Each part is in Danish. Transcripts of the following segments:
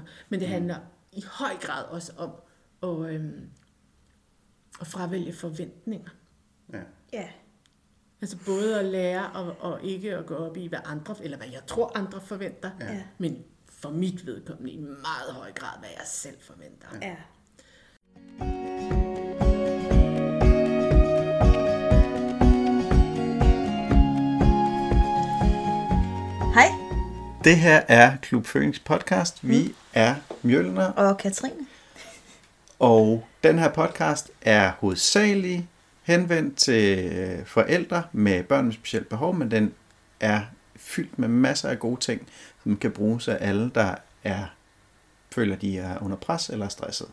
Men det handler i høj grad også om at fravælge forventninger. Ja. Altså både at lære og ikke at gå op i, hvad andre, eller hvad jeg tror andre forventer, men for mit vedkommende i meget høj grad, hvad jeg selv forventer. Ja. Hej. Det her er Klub Phoenix podcast. Vi er Mjølner Og Katrine. Og den her podcast er hovedsageligt henvendt til forældre med børn med specielt behov, men den er fyldt med masser af gode ting, som kan bruges af alle, der føler, de er under pres eller stresset.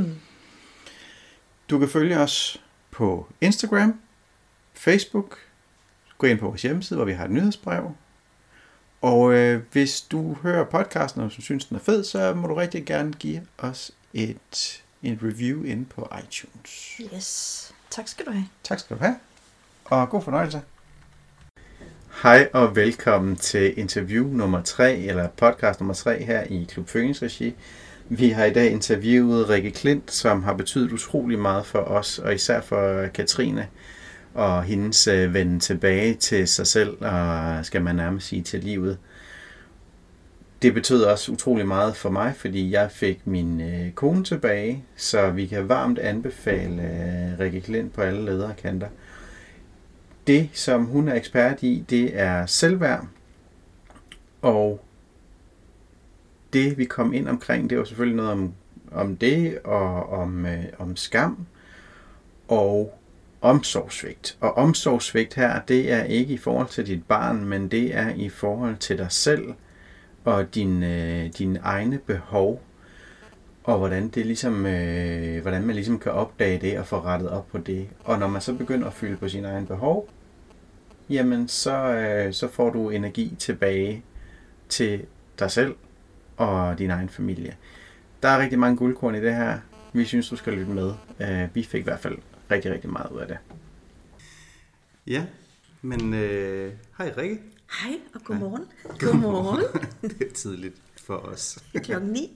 Du kan følge os på Instagram, Facebook, gå ind på vores hjemmeside, hvor vi har et nyhedsbrev. Og hvis du hører podcasten, og synes, den er fed, så må du rigtig gerne give os en review inde på iTunes. Yes. Tak skal du have. Tak skal du have, og god fornøjelse. Hej og velkommen til interview nummer 3, eller podcast nummer 3 her i Klub Phoenix regi. Vi har i dag interviewet Rikke Klint, som har betydet utrolig meget for os, og især for Katrine og hendes vende tilbage til sig selv, og skal man nærmest sige til livet. Det betød også utrolig meget for mig, fordi jeg fik min kone tilbage, så vi kan varmt anbefale Rikke Klint på alle ledere kanter. Det, som hun er ekspert i, det er selvværd, og det, vi kom ind omkring, det var selvfølgelig noget om det, og om skam, og omsorgssvigt. Og omsorgssvigt her, det er ikke i forhold til dit barn, men det er i forhold til dig selv, og dine egne behov, og hvordan det ligesom, hvordan man ligesom kan opdage det og få rettet op på det. Og når man så begynder at fylde på sine egne behov, jamen så får du energi tilbage til dig selv og din egen familie. Der er rigtig mange guldkorn i det her. Vi synes, du skal lytte med. Vi fik i hvert fald rigtig, rigtig meget ud af det. Ja, men hej Rikke. Hej og godmorgen. Godmorgen. Det er tidligt for os. 9:00.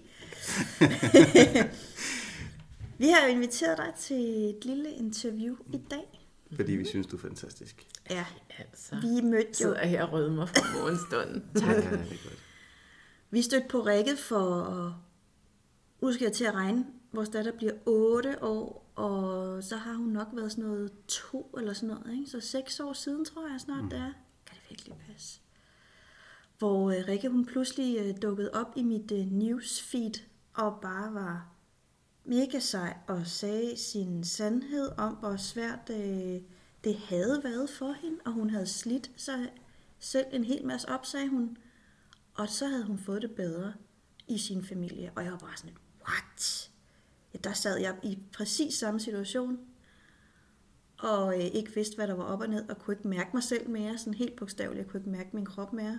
Vi har jo inviteret dig til et lille interview i dag. Fordi vi synes, du er fantastisk. Ja, Altså, vi mødte jo... sidder her og rødmer fra morgenstunden. Tak. Ja, det er godt. Vi stødte på Rikke for... Nu skal jeg til at regne. Vores datter bliver 8 år, og så har hun nok været sådan noget 2 eller sådan noget, ikke? Så 6 år siden, tror jeg snart, det er. Kan det virkelig passe? Hvor Rikke, hun pludselig dukkede op i mit newsfeed, og bare var mega sej, og sagde sin sandhed om, hvor svært det havde været for hende, og hun havde slidt sig selv en hel masse op, sagde hun. Og så havde hun fået det bedre i sin familie, og jeg var bare sådan, what? Ja, der sad jeg i præcis samme situation, og ikke vidste, hvad der var op og ned, og kunne ikke mærke mig selv mere, sådan helt bogstaveligt, jeg kunne ikke mærke min krop mere.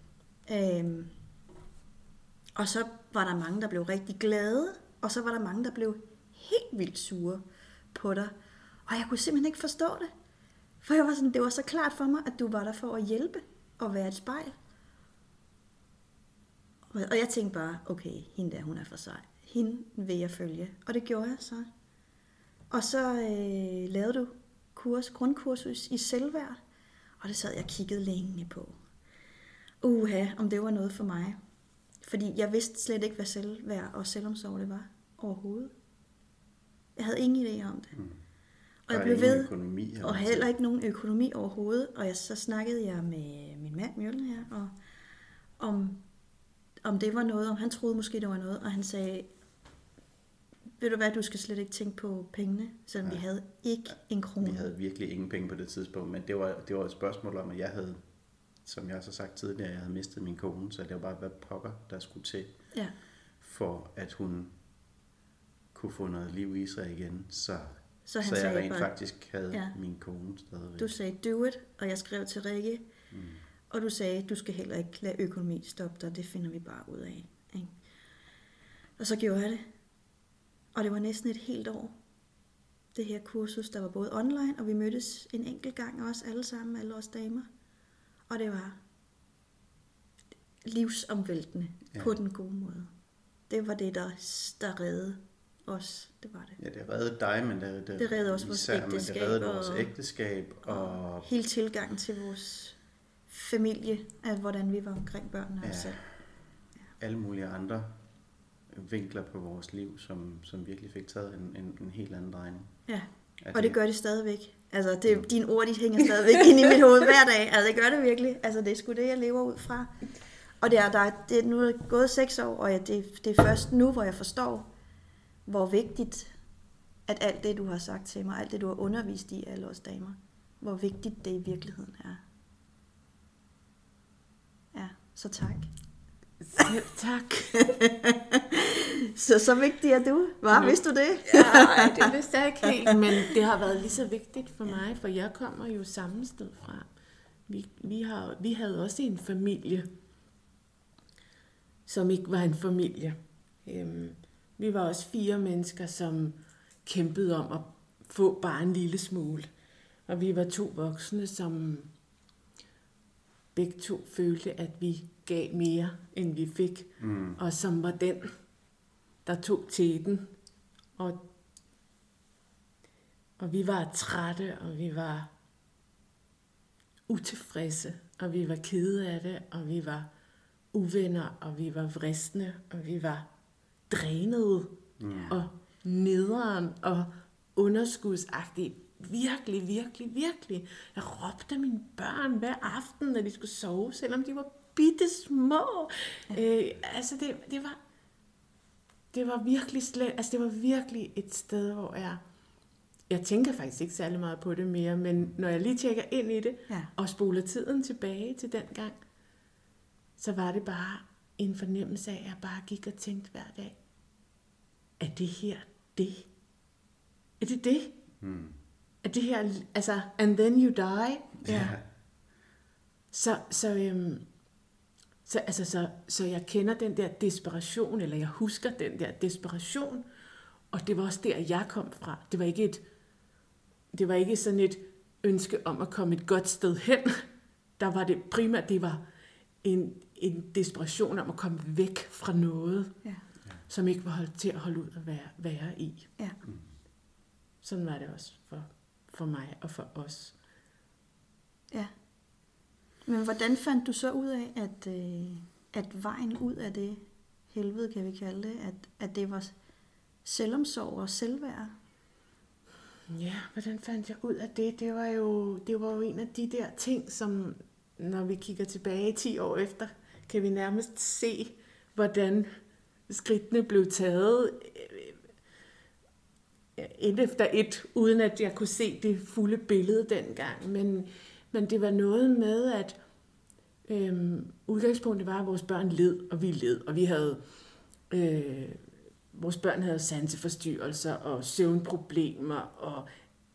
Og så var der mange, der blev rigtig glade, og så var der mange, der blev helt vildt sure på dig. Og jeg kunne simpelthen ikke forstå det. For jeg var sådan, det var så klart for mig, at du var der for at hjælpe og være et spejl. Og jeg tænkte bare, okay, hende der, hun er for sej. Hende vil jeg følge. Og det gjorde jeg så. Og så lavede du grundkursus i selvværd. Og det sad jeg og kiggede længe på. Om det var noget for mig. Fordi jeg vidste slet ikke, hvad selvværd og selvomsorg det var overhovedet. Jeg havde ingen idé om det. Og jeg blev ved, og heller ikke nogen økonomi overhovedet. Og så snakkede jeg med min mand, Mjølner her, og om det var noget, om han troede måske, det var noget. Og han sagde, ved du hvad, du skal slet ikke tænke på pengene, selvom vi havde ikke en krone. Vi havde virkelig ingen penge på det tidspunkt, men det var et spørgsmål om, at jeg havde, som jeg også har sagt tidligere, jeg havde mistet min kone, så det var bare, hvad pokker, der skulle til, for at hun kunne få noget liv i sig igen, så jeg rent faktisk havde min kone stadigvæk. Du sagde, do it, og jeg skrev til Rikke, og du sagde, du skal heller ikke lade økonomi stoppe dig, det finder vi bare ud af. Ikke? Og så gjorde jeg det. Og det var næsten et helt år, det her kursus, der var både online, og vi mødtes en enkelt gang også, alle sammen, alle os damer. Og det var livsomvæltende på den gode måde. det var det, der reddede os. Det var det. Ja, det reddede dig, men det reddede også vores ægteskab. Men det reddede vores ægteskab. Og hele tilgangen til vores familie, af hvordan vi var omkring børnene og os selv. Ja. Alle mulige andre vinkler på vores liv, som virkelig fik taget en helt anden drejning. Ja, og det gør det stadigvæk. Altså, dine ord, de hænger stadigvæk ind i mit hoved hver dag. Altså, det gør det virkelig. Altså, det er sgu det, jeg lever ud fra. Og det er nu gået 6 år, og det er først nu, hvor jeg forstår, hvor vigtigt, at alt det, du har sagt til mig, alt det, du har undervist i alle os damer, hvor vigtigt det i virkeligheden er. Ja, så tak. Selv tak. så vigtig er du. Vidste du det? Ja, det vidste jeg ikke helt, men det har været lige så vigtigt for mig, for jeg kommer jo samme sted fra. Vi havde også en familie, som ikke var en familie. Vi var også 4 mennesker, som kæmpede om at få bare en lille smule. Og vi var 2 voksne, som begge 2 følte, at vi gav mere, end vi fik. Og som var den, der tog teten. Og vi var trætte, og vi var utilfredse, og vi var kede af det, og vi var uvenner, og vi var vristende, og vi var drænede, og nederen, og underskudsagtige. Virkelig, virkelig, virkelig. Jeg råbte af mine børn hver aften, når de skulle sove, selvom de var bitte små. Det var virkelig slet, altså det var virkelig et sted, hvor jeg tænker faktisk ikke særlig meget på det mere, men når jeg lige tjekker ind i det, og spoler tiden tilbage til den gang, så var det bare en fornemmelse af, at jeg bare gik og tænkte hver dag, er det her det? Er det det? Er det her, altså, and then you die? Ja. Så jeg kender den der desperation, eller jeg husker den der desperation, og det var også der, jeg kom fra. Det var ikke sådan et ønske om at komme et godt sted hen. Der var det primært, det var en desperation om at komme væk fra noget, som ikke var til at holde ud at være i. Ja. Sådan var det også for mig og for os. Ja. Men hvordan fandt du så ud af, at vejen ud af det helvede, kan vi kalde det, at det var selvomsorg og selvværd? Ja, hvordan fandt jeg ud af det? Det var jo en af de der ting, som når vi kigger tilbage 10 år efter, kan vi nærmest se, hvordan skridtene blev taget et efter et, uden at jeg kunne se det fulde billede dengang. Men det var noget med, at udgangspunktet var, at vores børn led, og vi led, og vi havde vores børn havde sanseforstyrrelser og søvnproblemer og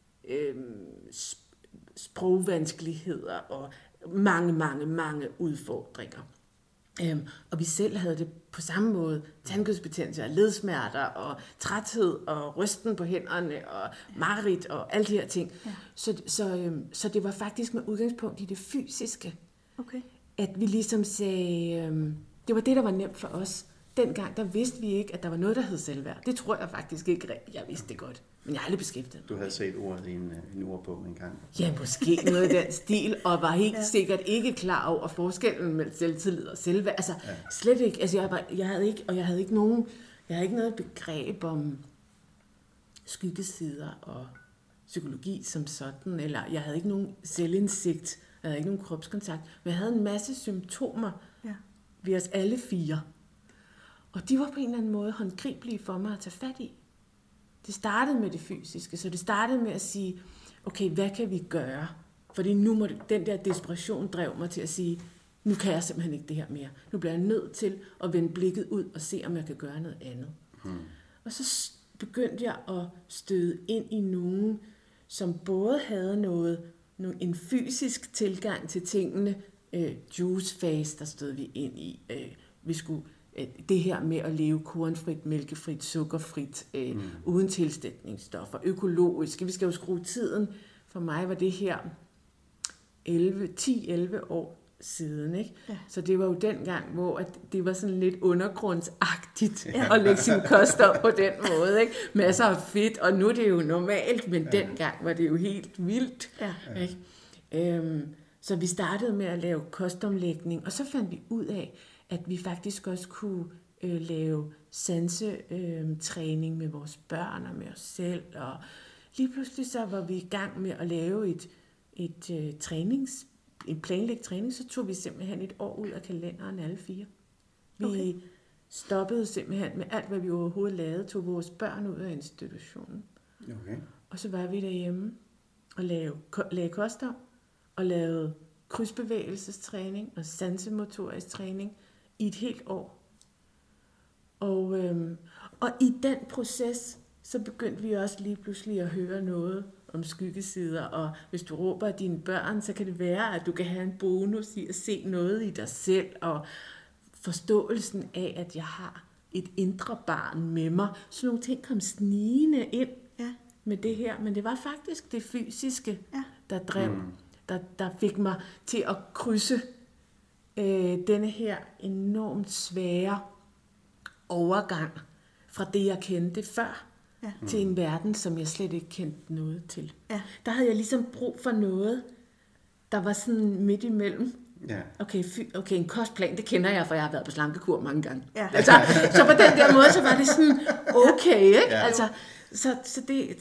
sprogvanskeligheder og mange udfordringer. Og vi selv havde det på samme måde, tandkødsbetændelse og ledsmerter og træthed og rysten på hænderne og mareridt og alle de her ting. Ja. Så det var faktisk med udgangspunkt i det fysiske, at vi ligesom sagde, det var det, der var nemt for os. Dengang, der vidste vi ikke, at der var noget, der hed selvværd. Det tror jeg faktisk ikke rigtigt. Jeg vidste det godt, men jeg har aldrig beskæftiget. Du havde set ordet i en ordbog en gang. Ja, måske noget af den stil, og var helt sikkert ikke klar over forskellen mellem selvtillid og selvværd. Altså, slet ikke. Altså, jeg havde ikke noget begreb om skyggesider og psykologi som sådan, eller jeg havde ikke nogen selvindsigt, jeg havde ikke nogen kropskontakt, men jeg havde en masse symptomer ved os alle 4. Og de var på en eller anden måde håndgribelige for mig at tage fat i. Det startede med det fysiske, så det startede med at sige, okay, hvad kan vi gøre? Fordi nu den der desperation drev mig til at sige, nu kan jeg simpelthen ikke det her mere. Nu bliver jeg nødt til at vende blikket ud og se, om jeg kan gøre noget andet. Og så begyndte jeg at støde ind i nogen, som både havde en fysisk tilgang til tingene. Juice fast, der stod vi ind i. Vi skulle det her med at leve kornfrit, mælkefrit, sukkerfrit, uden tilsætningsstoffer, økologisk. Vi skal jo skrue tiden. For mig var det her 10-11 år siden, ikke? Ja. Så det var jo den gang, hvor at det var sådan lidt undergrundsagtigt at lægge sin kost op på den måde, ikke? Masser af fedt, og nu er det jo normalt, men dengang var det jo helt vildt, ikke? Så vi startede med at lave kostomlægning, og så fandt vi ud af, at vi faktisk også kunne lave sansetræning med vores børn og med os selv, og lige pludselig så var vi i gang med at lave en planlægget træning, så tog vi simpelthen et år ud af kalenderen alle 4. Vi stoppede simpelthen med alt, hvad vi overhovedet lavede, tog vores børn ud af institutionen. Okay. Og så var vi derhjemme og lagde kost om, og lavede krydsbevægelsestræning og sansemotorisk træning i et helt år. Og i den proces, så begyndte vi også lige pludselig at høre noget om skyggesider, og hvis du råber af dine børn, så kan det være, at du kan have en bonus i at se noget i dig selv, og forståelsen af, at jeg har et indre barn med mig. Så nogle ting kom snigende ind med det her, men det var faktisk det fysiske, der drev, der fik mig til at krydse denne her enormt svære overgang fra det, jeg kendte før, til en verden, som jeg slet ikke kendte noget til. Ja. Der havde jeg ligesom brug for noget, der var sådan midt imellem. Ja. Okay, en kostplan, det kender jeg, for jeg har været på slankekur mange gange. Ja. Altså, så på den der måde, så var det sådan, okay, ikke? Ja. Altså, så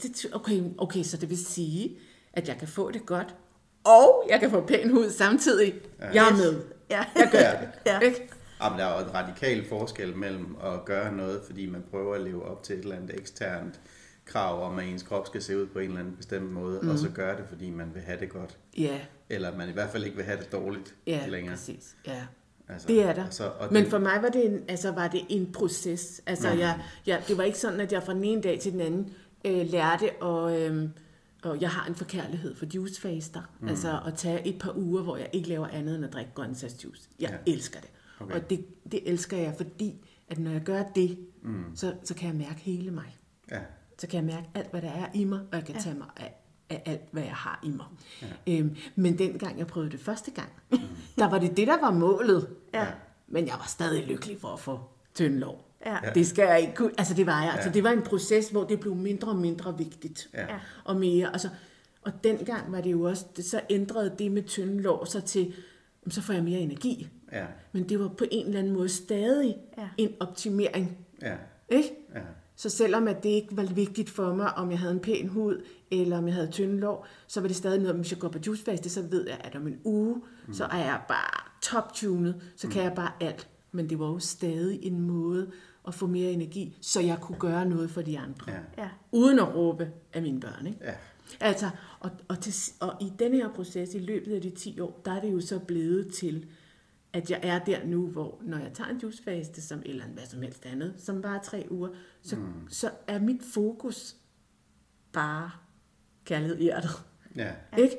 det vil sige, at jeg kan få det godt, og jeg kan få pæn hud samtidig. Ja. Jeg er med. Ja. Jeg gør det. Ja. Ikke? Jamen, der er jo en radikal forskel mellem at gøre noget, fordi man prøver at leve op til et eller andet eksternt krav om, at ens krop skal se ud på en eller anden bestemt måde, og så gøre det, fordi man vil have det godt. Ja. Eller man i hvert fald ikke vil have det dårligt længere. Ja, præcis. Ja. Altså, det er der. Men for mig var det en proces. Altså, det var ikke sådan, at jeg fra den ene dag til den anden lærte, og jeg har en forkærlighed for juicefaster. Altså at tage et par uger, hvor jeg ikke laver andet end at drikke grøntsagsjuice. Jeg elsker det. Okay. Og det elsker jeg, fordi at når jeg gør det, så kan jeg mærke hele mig. Ja. Så kan jeg mærke alt, hvad der er i mig, og jeg kan tage mig af alt, hvad jeg har i mig. Ja. Men dengang jeg prøvede det første gang, der var det der var målet. Ja. Men jeg var stadig lykkelig for at få tynd lår. Ja. Det skal jeg ikke kunne. Altså det var jeg. Altså det var en proces, hvor det blev mindre og mindre vigtigt. Ja. Og mere. Altså, og dengang var det jo også, så ændrede det med tynde lår sig til, så får jeg mere energi. Ja. Men det var på en eller anden måde stadig en optimering. Ja. Ikke? Ja. Så selvom at det ikke var vigtigt for mig, om jeg havde en pæn hud, eller om jeg havde tynde lår, så var det stadig noget, hvis jeg går på juicefaste, så ved jeg, at om en uge, så er jeg bare top-tunet, så kan jeg bare alt. Men det var jo stadig en måde at få mere energi, så jeg kunne gøre noget for de andre. Ja. Uden at råbe af mine børn. Ikke? Ja. Altså, og i denne her proces, i løbet af de 10 år, der er det jo så blevet til, at jeg er der nu, hvor når jeg tager en juicefaste, eller hvad som helst andet, som bare 3 uger, så er mit fokus bare kærlighed i hjertet. Ja. Ikke?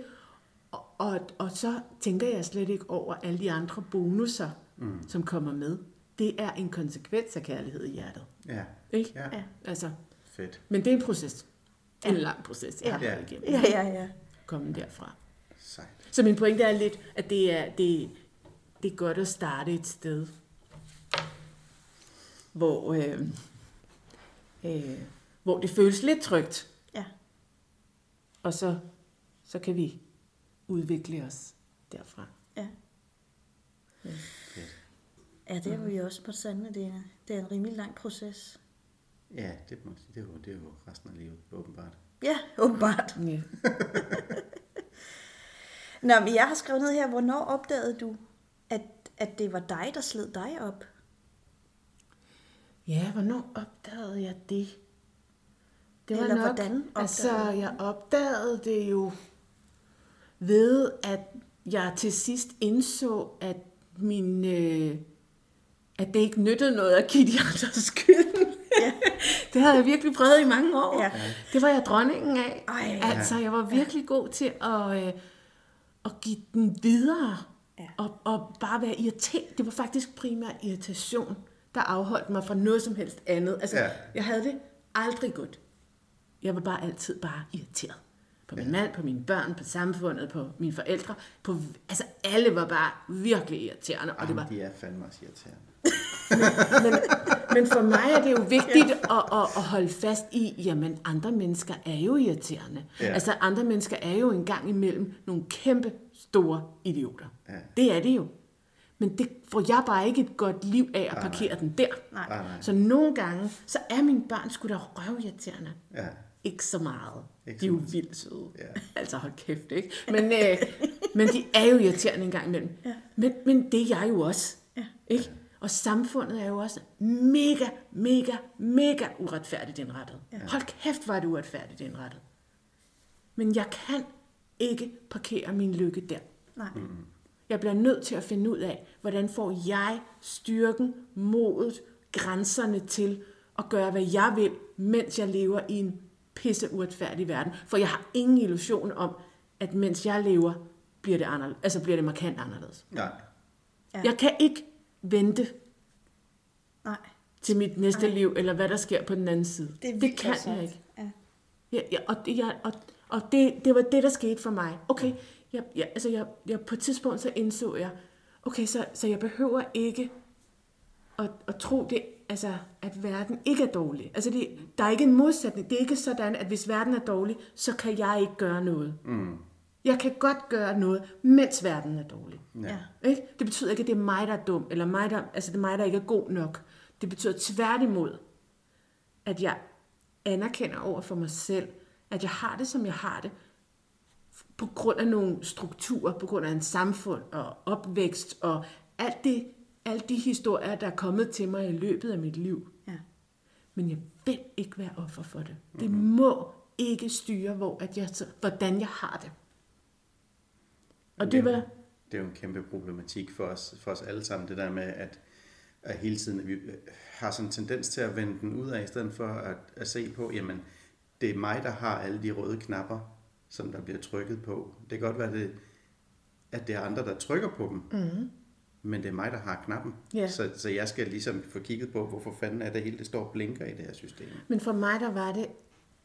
Og så tænker jeg slet ikke over alle de andre bonusser, som kommer med. Det er en konsekvens af kærlighed i hjertet. Ja. Ikke? Ja. Altså, fedt. Men det er en proces. En lang proces, jeg har været igennem. Ja. Komme derfra. Sejt. Så min pointe er lidt, at det er godt at starte et sted, hvor det føles lidt trygt. Ja. Og så kan vi udvikle os derfra. Ja. Ja, det er vi også på sande. Det er en rimelig lang proces. Ja, det er jo resten af livet, åbenbart. Ja, åbenbart. Ja. Nå, men jeg har skrevet ned her, hvornår opdagede du, at det var dig, der sled dig op? Ja, hvornår opdagede jeg det? Det var eller nok, hvordan opdagede jeg opdagede det jo ved, at jeg til sidst indså, at at det ikke nyttede noget at give de andre skylden. Ja. Det havde jeg virkelig prøvet i mange år. Ja. Det var jeg dronningen af. Altså, jeg var virkelig god til at give den videre. Ja. Og bare være irriteret. Det var faktisk primært irritation, der afholdt mig fra noget som helst andet. Altså, jeg havde det aldrig godt. Jeg var bare altid irriteret På min mand, på mine børn, på samfundet, på mine forældre. Altså alle var bare virkelig irriterende. Og det var... de er fandme også irriterende. men for mig er det jo vigtigt at holde fast i, jamen andre mennesker er jo irriterende. Ja. Altså andre mennesker er jo en gang imellem nogle kæmpe store idioter. Ja. Det er det jo. Men det får jeg bare ikke et godt liv af at parkere den der. Nej. Så nogle gange, så er mine børn sgu da røvirriterende. Ja. Ikke så meget. Ikke de er jo vildt søde. Ja. Altså hold kæft, ikke? Men de er jo irriterende en gang imellem. Ja. Men det er jeg jo også. Ja. Ikke? Og samfundet er jo også mega, mega, mega uretfærdigt indrettet. Ja. Hold kæft, hvor er det uretfærdigt indrettet. Men jeg kan ikke parkere min lykke der. Nej. Jeg bliver nødt til at finde ud af, hvordan får jeg styrken, modet, grænserne til at gøre, hvad jeg vil, mens jeg lever i en pisse uretfærdig verden. For jeg har ingen illusion om, at mens jeg lever, bliver det anderledes. Altså bliver det markant anderledes. Nej. Ja. Jeg kan ikke vente til mit næste liv, eller hvad der sker på den anden side. Det kan jeg ikke. Ja. Og det var det, der skete for mig. Okay, jeg på et tidspunkt så indså jeg, okay, så jeg behøver ikke at tro det, altså, at verden ikke er dårlig. Altså, der er ikke en modsætning. Det er ikke sådan, at hvis verden er dårlig, så kan jeg ikke gøre noget. Mm. Jeg kan godt gøre noget, mens verden er dårlig. Ja. Ikke? Det betyder ikke, at det er mig, der er dum, eller det er mig, der ikke er god nok. Det betyder tværtimod, at jeg anerkender over for mig selv, at jeg har det, som jeg har det, på grund af nogle strukturer, på grund af en samfund og opvækst, og alle de historier, der er kommet til mig i løbet af mit liv. Ja. Men jeg vil ikke være offer for det. Det må ikke styre, hvordan jeg har det. Og det var... Det er jo en kæmpe problematik for os alle sammen, det der med, at hele tiden vi har sådan en tendens til at vende den ud af, i stedet for at se på, jamen, det er mig, der har alle de røde knapper, som der bliver trykket på. Det kan godt være, at det er andre, der trykker på dem, men det er mig, der har knappen. Yeah. Så jeg skal ligesom få kigget på, hvorfor fanden er det hele, det står og blinker i det her system. Men for mig, der var det...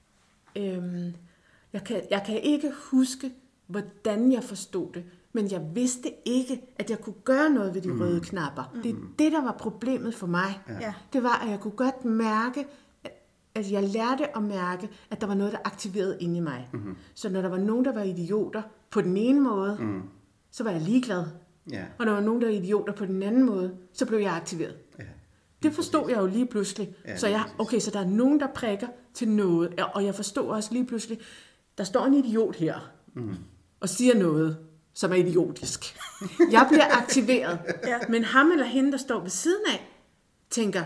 Jeg kan ikke huske, hvordan jeg forstod det, men jeg vidste ikke, at jeg kunne gøre noget ved de røde knapper. Det er det, der var problemet for mig. Ja. Det var, at jeg kunne godt mærke, at jeg lærte at mærke, at der var noget, der aktiverede inde i mig. Mm-hmm. Så når der var nogen, der var idioter på den ene måde, så var jeg ligeglad. Yeah. Og når der var nogen, der var idioter på den anden måde, så blev jeg aktiveret. Yeah. Det forstod jeg jo lige pludselig. Ja, så der er nogen, der prikker til noget. Og jeg forstod også lige pludselig, der står en idiot her, og siger noget, som er idiotisk. Jeg bliver aktiveret. Men ham eller hende, der står ved siden af, tænker,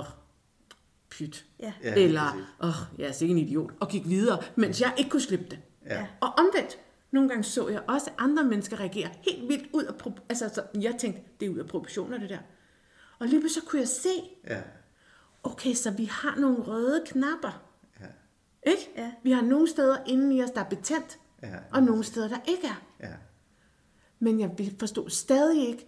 pyt. Ja. Eller, jeg er sikkert en idiot. Og gik videre, mens jeg ikke kunne slippe det. Ja. Og omvendt, nogle gange så jeg også, at andre mennesker reagerer helt vildt ud af jeg tænkte, det er ud af proportioner, det der. Og lige pludselig så kunne jeg se, okay, så vi har nogle røde knapper. Ja. Ikke? Ja. Vi har nogle steder inde i os, der er betændt, og nogle steder, der ikke er. Ja. Men jeg forstod stadig ikke,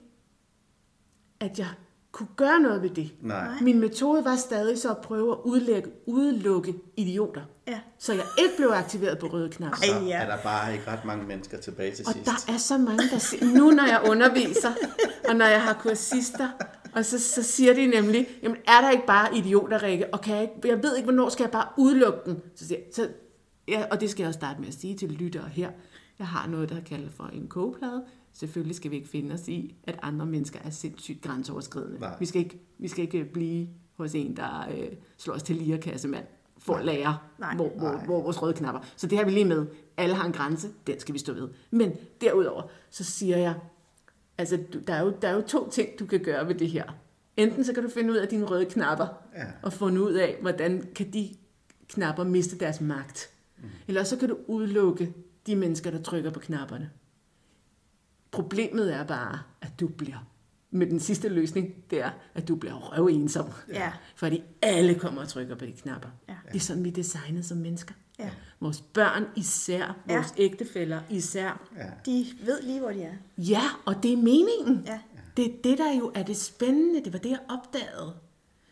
at jeg kunne gøre noget ved det. Nej. Min metode var stadig så at prøve at udelukke idioter. Ja. Så jeg ikke blev aktiveret på røde knapper. Så er der bare ikke ret mange mennesker tilbage til sidst. Og der er så mange, der siger, nu når jeg underviser, og når jeg har kursister, og så siger de nemlig, jamen er der ikke bare idioter, Rikke? Og jeg ved ikke, hvornår skal jeg bare udelukke dem? Og det skal jeg også starte med at sige til lyttere her. Jeg har noget, der kalder for en kogeplade. Selvfølgelig skal vi ikke finde os i, at andre mennesker er sindssygt grænseoverskridende. Vi skal ikke blive hos en, der slår os til lierkassemand for at lære, hvor vores røde knapper. Så det har vi lige med. Alle har en grænse, den skal vi stå ved. Men derudover, så siger jeg, altså der er jo 2 ting, du kan gøre ved det her. Enten så kan du finde ud af dine røde knapper, og finde ud af, hvordan kan de knapper miste deres magt. Eller så kan du udelukke de mennesker, der trykker på knapperne. Problemet er bare, at du bliver, med den sidste løsning, det er, at du bliver røvensom. Ja. Fordi alle kommer og trykker på de knapper. Ja. Det er sådan, vi er designet som mennesker. Ja. Vores børn især, vores ægtefæller især. Ja. De ved lige, hvor de er. Ja, og det er meningen. Ja. Det er det, der jo er det spændende. Det var det, jeg opdagede.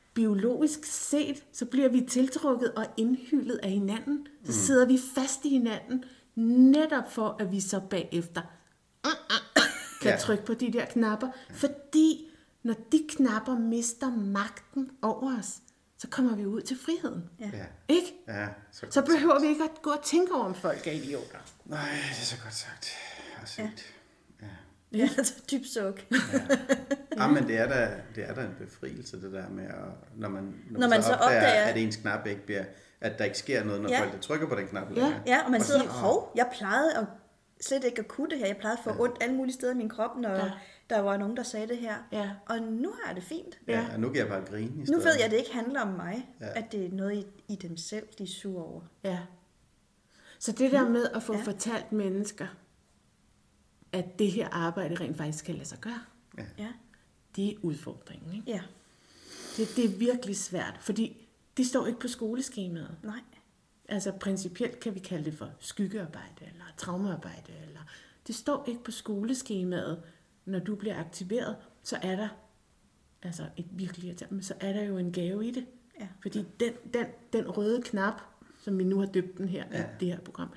biologisk set, så bliver vi tiltrukket og indhyllet af hinanden. Så sidder vi fast i hinanden, netop for, at vi så bagefter kan trykke på de der knapper. Fordi når de knapper mister magten over os, så kommer vi ud til friheden. Ja. Ikke? Ja, så behøver vi ikke at gå og tænke over, om folk er idioter. Nej, det er så godt sagt. Ja, altså dybt suk. Men det er da en befrielse, det der med, at, når man så opdager, at ens knap ikke bliver, at der ikke sker noget, når folk trykker på den knap. Ja, og man sidder, jeg plejede slet ikke at kunne det her. Jeg plejede at få ondt alle mulige steder i min krop, når der var nogen, der sagde det her. Ja. Og nu har jeg det fint. Ja, og nu kan jeg bare grine i stedet. Nu ved jeg, at det ikke handler om mig, at det er noget i dem selv, de er sure over. Ja. Så det der med at få fortalt mennesker, at det her arbejde rent faktisk kan lade sig gøre, det er udfordringen. Ikke? Ja. Det er virkelig svært, fordi det står ikke på skoleskemaet. Nej. Altså principielt kan vi kalde det for skyggearbejde eller traumearbejde. Eller det står ikke på skoleskemaet. Når du bliver aktiveret, så er der altså så er der jo en gave i det. Ja. Fordi den røde knap, som vi nu har døbt den her i det her program,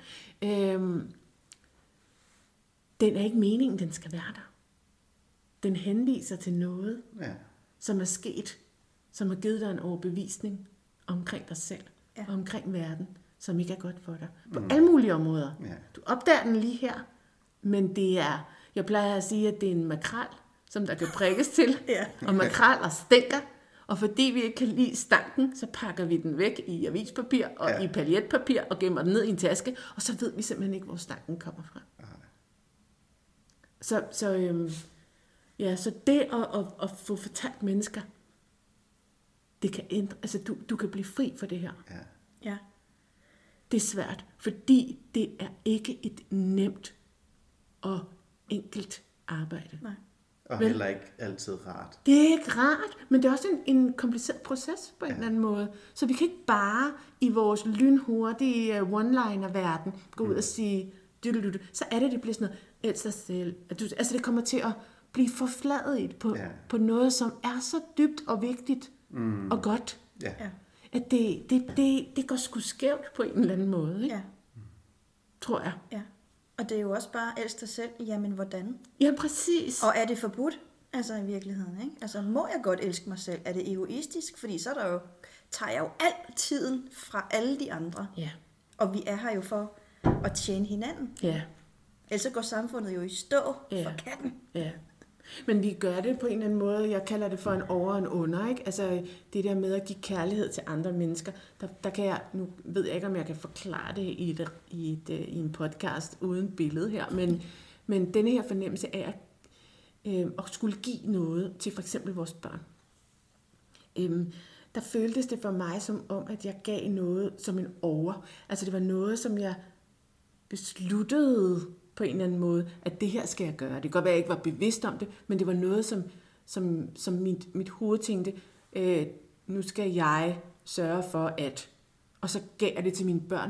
den er ikke meningen, den skal være der. Den henviser til noget, som er sket, som har givet dig en overbevisning omkring dig selv og omkring verden, som ikke er godt for dig. På alle mulige områder. Ja. Du opdager den lige her, men det er, jeg plejer at sige, at det er en makrel, som der kan prikkes til, og makreller stinker, og fordi vi ikke kan lide stanken, så pakker vi den væk i avispapir og i paljetpapir og gemmer den ned i en taske, og så ved vi simpelthen ikke, hvor stanken kommer fra. Så det at få fortalt mennesker, det kan ændre, altså du kan blive fri for det her. Ja. Det er svært, fordi det er ikke et nemt og enkelt arbejde. Nej. Og heller ikke altid rart. Det er ikke rart, men det er også en kompliceret proces på en eller anden måde. Så vi kan ikke bare i vores lynhurtige one-liner-verden gå ud og sige, så er det bliver sådan noget, elsk dig selv. Altså det kommer til at blive forfladet på noget, som er så dybt og vigtigt og godt. Ja. At det går sgu skævt på en eller anden måde, ikke? Ja. Tror jeg. Ja. Og det er jo også bare elsk dig selv. Jamen, hvordan? Ja, præcis. Og er det forbudt? Altså i virkeligheden, ikke? Altså, må jeg godt elske mig selv? Er det egoistisk? Fordi så tager jeg jo al tiden fra alle de andre. Ja. Og vi er her jo for at tjene hinanden. Ja. Ellers går samfundet jo i stå for katten. Ja. Men vi gør det på en eller anden måde, jeg kalder det for en over og en under, ikke? Altså det der med at give kærlighed til andre mennesker, der kan jeg, nu ved jeg ikke, om jeg kan forklare det i en podcast uden billede her, men denne her fornemmelse af at skulle give noget til for eksempel vores børn. Der føltes det for mig som om, at jeg gav noget som en over. Altså det var noget, som jeg besluttede på en eller anden måde, at det her skal jeg gøre. Det kan godt være, at jeg ikke var bevidst om det, men det var noget, som mit hoved tænkte, nu skal jeg sørge for at, og så gav jeg det til mine børn,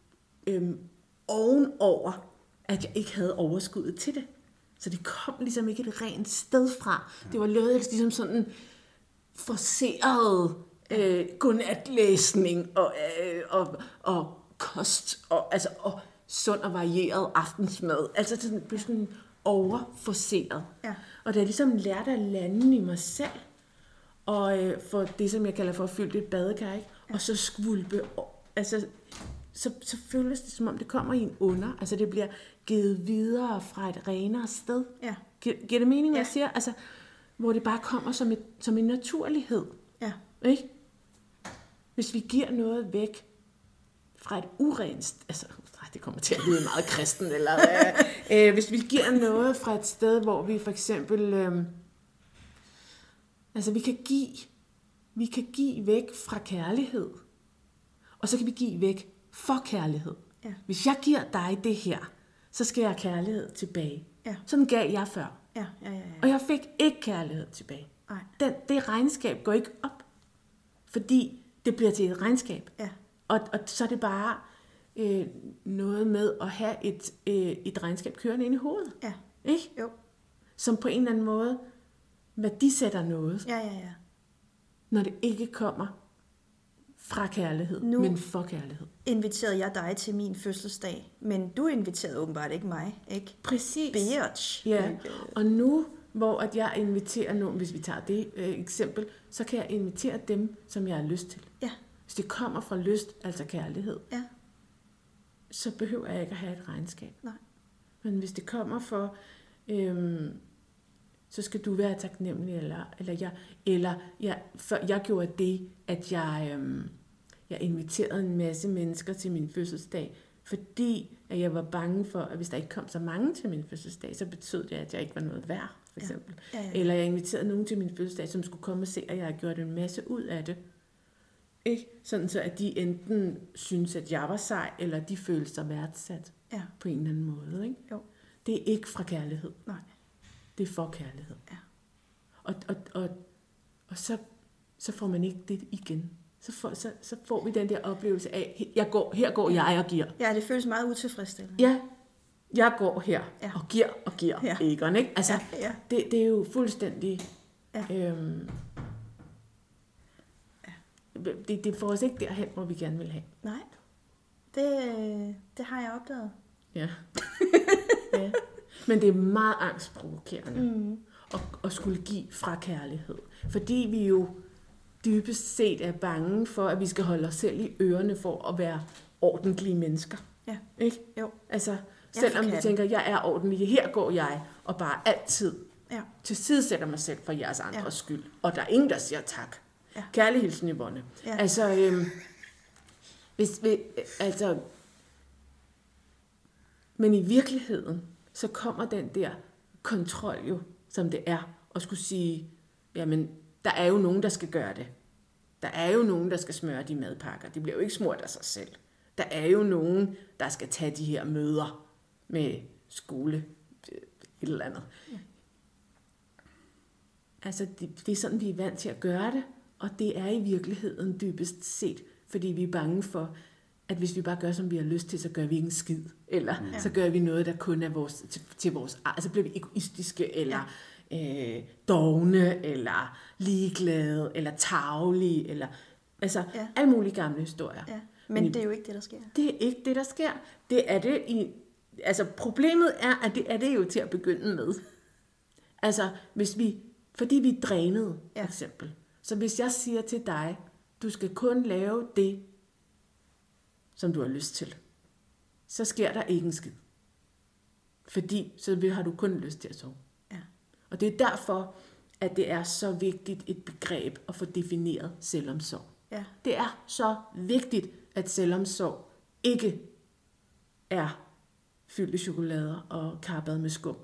ovenover, at jeg ikke havde overskuddet til det. Så det kom ligesom ikke et rent sted fra. Det var lavet ligesom sådan forceret godnatlæsning og kost og sund og varieret aftensmad. Altså det blev sådan overforceret. Ja. Og da jeg ligesom lærte at lande i mig selv, og få det, som jeg kalder for at fylde et badekar, ikke? Og så skvulpe, altså så føles det, som om det kommer i en under. Altså det bliver givet videre fra et renere sted. Ja. Giver det mening, hvad jeg siger? Altså, hvor det bare kommer som en naturlighed. Ja. Ikke? Hvis vi giver noget væk fra et urent, altså det kommer til at lyde meget kristen, eller hvis vi giver noget fra et sted, hvor vi for eksempel, altså vi kan give væk fra kærlighed, og så kan vi give væk for kærlighed. Ja. Hvis jeg giver dig det her, så skal jeg have kærlighed tilbage. Ja. Sådan gav jeg før. Ja. Og jeg fik ikke kærlighed tilbage. Det regnskab går ikke op, fordi det bliver til et regnskab. Ja. Og så er det bare noget med at have et regnskab kørende ind i hovedet. Ja. Ikke? Jo. Som på en eller anden måde værdisætter noget. Ja. når det ikke kommer fra kærlighed, men for kærlighed. Inviterede jeg dig til min fødselsdag, men du inviterede åbenbart ikke mig, ikke? Præcis. Bitch. Ja, og nu, hvor at jeg inviterer nogen, hvis vi tager det eksempel, så kan jeg invitere dem, som jeg har lyst til. Ja. Hvis det kommer fra lyst, altså kærlighed, ja. så behøver jeg ikke at have et regnskab. Nej. Men hvis det kommer for, så skal du være taknemmelig, jeg gjorde det, at jeg inviterede en masse mennesker til min fødselsdag, fordi at jeg var bange for, at hvis der ikke kom så mange til min fødselsdag, så betød det, at jeg ikke var noget værd, for eksempel. Ja. Eller jeg inviterede nogen til min fødselsdag, som skulle komme og se, at jeg har gjort en masse ud af det. Ikke? Sådan så, at de enten synes, at jeg var sej, eller de følte sig værdsat på en eller anden måde. Ikke? Jo. Det er ikke fra kærlighed. Nej. Det er for kærlighed. Ja. Og så får man ikke det igen. Så får vi den der oplevelse af, her går jeg og giver. Ja, det føles meget utilfredsstillende. Ja, jeg går her og giver. Ja. Ikke? Altså, det er jo fuldstændig... Ja. Det får os ikke derhen, hvor vi gerne vil have. Nej, det har jeg opdaget. Ja. Ja. Men det er meget angstprovokerende at skulle give fra kærlighed. Fordi vi jo dybest set er bange for, at vi skal holde os selv i ørerne for at være ordentlige mennesker. Ja. Ikke? Jo. Altså, selvom vi tænker, jeg er ordentlig, her går jeg, og bare altid tilsidesætter mig selv for jeres andres skyld. Og der er ingen, der siger tak. Ja. Kærlig hilsen, Yvonne. Ja. Men i virkeligheden, så kommer den der kontrol jo, som det er, og skulle sige, jamen, der er jo nogen, der skal gøre det. Der er jo nogen, der skal smøre de madpakker. De bliver jo ikke smurt af sig selv. Der er jo nogen, der skal tage de her møder med skole, et eller andet. Ja. Altså, det er sådan, vi er vant til at gøre det, og det er i virkeligheden dybest set, fordi vi er bange for, at hvis vi bare gør, som vi har lyst til, så gør vi ikke en skid. Eller så gør vi noget, der kun er vores, til vores... Altså bliver vi egoistiske, eller dogne, eller ligeglade, eller tarvelige, eller... Altså, alle mulige gamle historier. Ja. Men det er jo ikke det, der sker. Det er ikke det, der sker. Det er det i... Altså, problemet er, at det er det jo til at begynde med. Altså, fordi vi er drænede, for eksempel. Så hvis jeg siger til dig, du skal kun lave det, som du har lyst til, så sker der ikke en skid. Fordi så har du kun lyst til at sove. Ja. Og det er derfor, at det er så vigtigt et begreb at få defineret selvomsorg. Ja. Det er så vigtigt, at selvomsorg ikke er fyldt chokolader og karpet med skum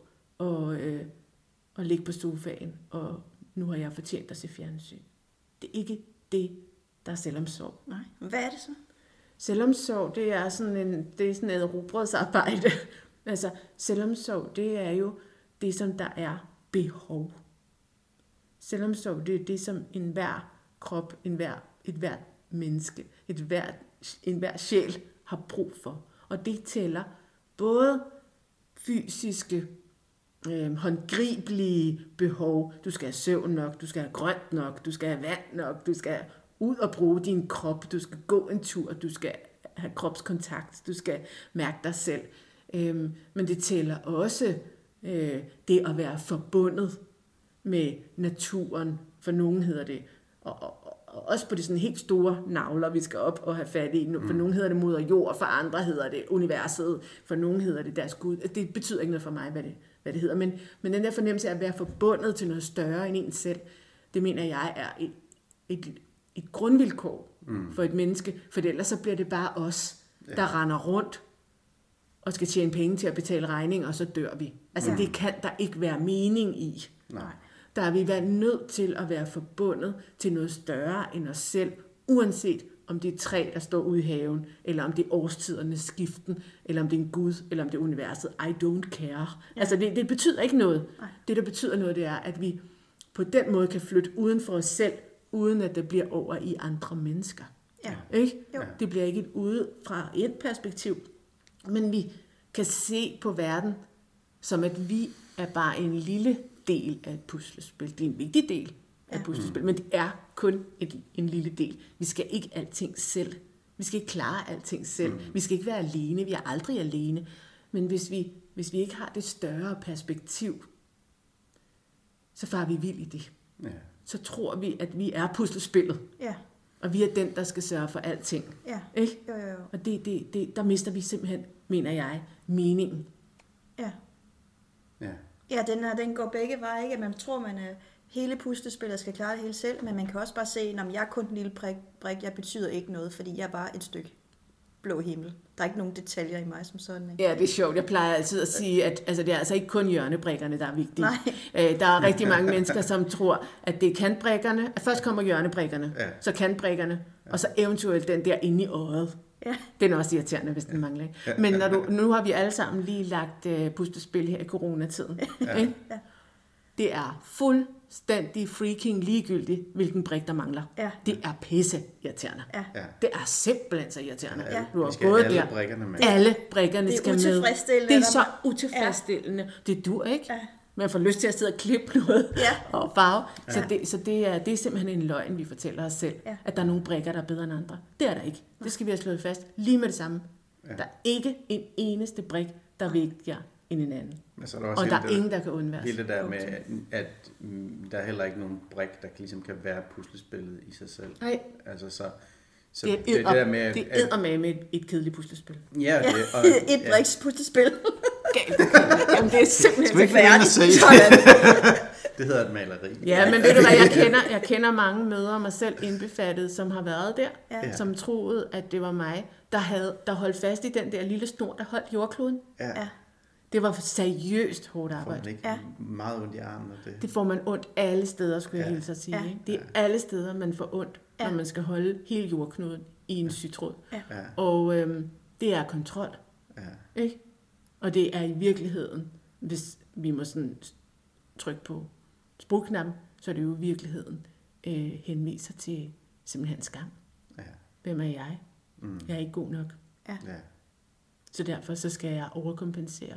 og ligge på sofaen, og nu har jeg fortjent at se fjernsyn. Det er ikke det, der er selvomsorg. Nej. Hvad er det så? Selvomsorg, det er sådan et rugbrødsarbejde. Altså, selvomsorg, det er jo det, som der er behov. Selvomsorg, det er det, som enhver krop, et hvert menneske, enhver sjæl har brug for. Og det tæller både fysiske, håndgribelige behov. Du skal have søvn nok, du skal have grønt nok, du skal have vand nok, du skal ud og bruge din krop, du skal gå en tur, du skal have kropskontakt, du skal mærke dig selv. Men det tæller også det at være forbundet med naturen, for nogen hedder det, og også på de sådan helt store navler, vi skal op og have fat i. For nogen hedder det moder jord, for andre hedder det universet, for nogen hedder det deres Gud. Det betyder ikke noget for mig, hvad det hedder. Men den der fornemmelse af at være forbundet til noget større end en selv, det mener jeg er et grundvilkår for et menneske, for ellers så bliver det bare os, der render rundt og skal tjene penge til at betale regninger, og så dør vi. Altså det kan der ikke være mening i. Nej. Der er vi været nødt til at være forbundet til noget større end os selv, uanset om det er træ, der står ude i haven, eller om det er årstidernes skiften, eller om det er en Gud, eller om det er universet. I don't care. Ja. Altså det betyder ikke noget. Nej. Det, der betyder noget, det er, at vi på den måde kan flytte uden for os selv, uden at det bliver over i andre mennesker. Ja. Ikke? Det bliver ikke et ude fra et perspektiv, men vi kan se på verden, som at vi er bare en lille del af et puslespil. Det er en vigtig del, af puslespil. Men det er kun en lille del. Vi skal ikke alting selv. Vi skal ikke klare alting selv. Vi skal ikke være alene. Vi er aldrig alene. Men hvis vi ikke har det større perspektiv, så farer vi vild i det. Ja. Så tror vi, at vi er puslespillet. Ja. Og vi er den, der skal sørge for alting. Ja. Ikke? Jo. Og der mister vi simpelthen, mener jeg, meningen. Ja. Ja, den går begge veje, ikke? At man tror, man er hele puslespillet skal klare det hele selv, men man kan også bare se, at jeg er kun en lille brik, jeg betyder ikke noget, fordi jeg er bare et stykke blå himmel. Der er ikke nogen detaljer i mig som sådan. Ikke? Ja, det er sjovt. Jeg plejer altid at sige, at det er altså ikke kun hjørnebrikkerne, der er vigtige. Der er rigtig mange mennesker, som tror, at det er kantbrikkerne. At først kommer hjørnebrikkerne, så kantbrikkerne, og så eventuelt den der inde i øjet. Ja. Den er også irriterende, hvis den mangler. Ikke? Men nu har vi alle sammen lige lagt puslespil her i coronatiden. Ikke? Ja. Det er fuldstændig freaking ligegyldigt, hvilken brik der mangler. Ja. Det er pisse irriterende. Ja. Det er simpelthen så irriterende. Ja. Du har gået alle der. Brikkerne med. Alle brikkerne skal med. Det er så utilfredsstillende. Ja. Det dur ikke. Ja. Man får lyst til at sidde og klippe noget og farve. Ja. Så det er simpelthen en løgn, vi fortæller os selv, at der er nogle brikker, der er bedre end andre. Det er der ikke. Det skal vi have slået fast lige med det samme. Ja. Der er ikke en eneste brik, der er vigtigere end en anden. Og der er ingen, der kan undværes. Hele det der med, at der er heller ikke nogen brik, der ligesom kan være puslespillet i sig selv. Nej. Altså så det er med et kedeligt puslespil. Ja, et briks puslespil. Jamen, det er simpelthen så færdigt. Det hedder et maleri. Ja, men ved du hvad, jeg kender mange mødre, mig selv indbefattet, som har været der, som troede, at det var mig, der holdt fast i den der lille snor, der holdt jordkloden. Ja. Det var seriøst hårdt arbejde. Får man ikke meget ondt i armen? Det får man ondt alle steder, skulle jeg hilse at sige. Ikke? Det er alle steder, man får ondt, når man skal holde hele jordknuden i en sytråd. Ja. Og det er kontrol. Ja. Ikke? Og det er i virkeligheden, hvis vi må sådan trykke på sprogknappen, så er det jo i virkeligheden henviser til simpelthen skam. Ja. Hvem er jeg? Jeg er ikke god nok. Ja. Så derfor så skal jeg overkompensere.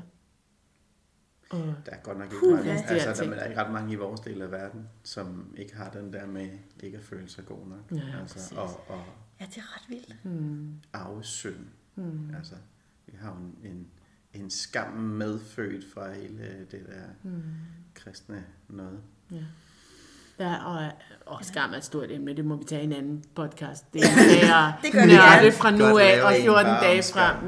Og der er godt nok ikke mange, der er ikke ret mange i vores del af verden, som ikke har den der med ikke at føle sig god nok. Ja, og det er ret vildt. Arvesynd. Altså, vi har jo en skam medfødt fra hele det der kristne noget. Ja. Ja, og skam er et stort emne, det må vi tage i en anden podcast. Det er det fra nu af og 14 dage frem,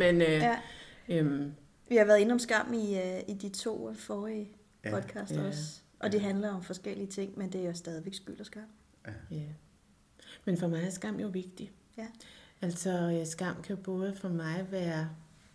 men vi har været inde om skam i de 2 forrige podcast også, og det handler om forskellige ting, men det er jo stadigvæk skyld og skam. Ja. Men for mig er skam jo vigtig. Ja. Altså skam kan både for mig være,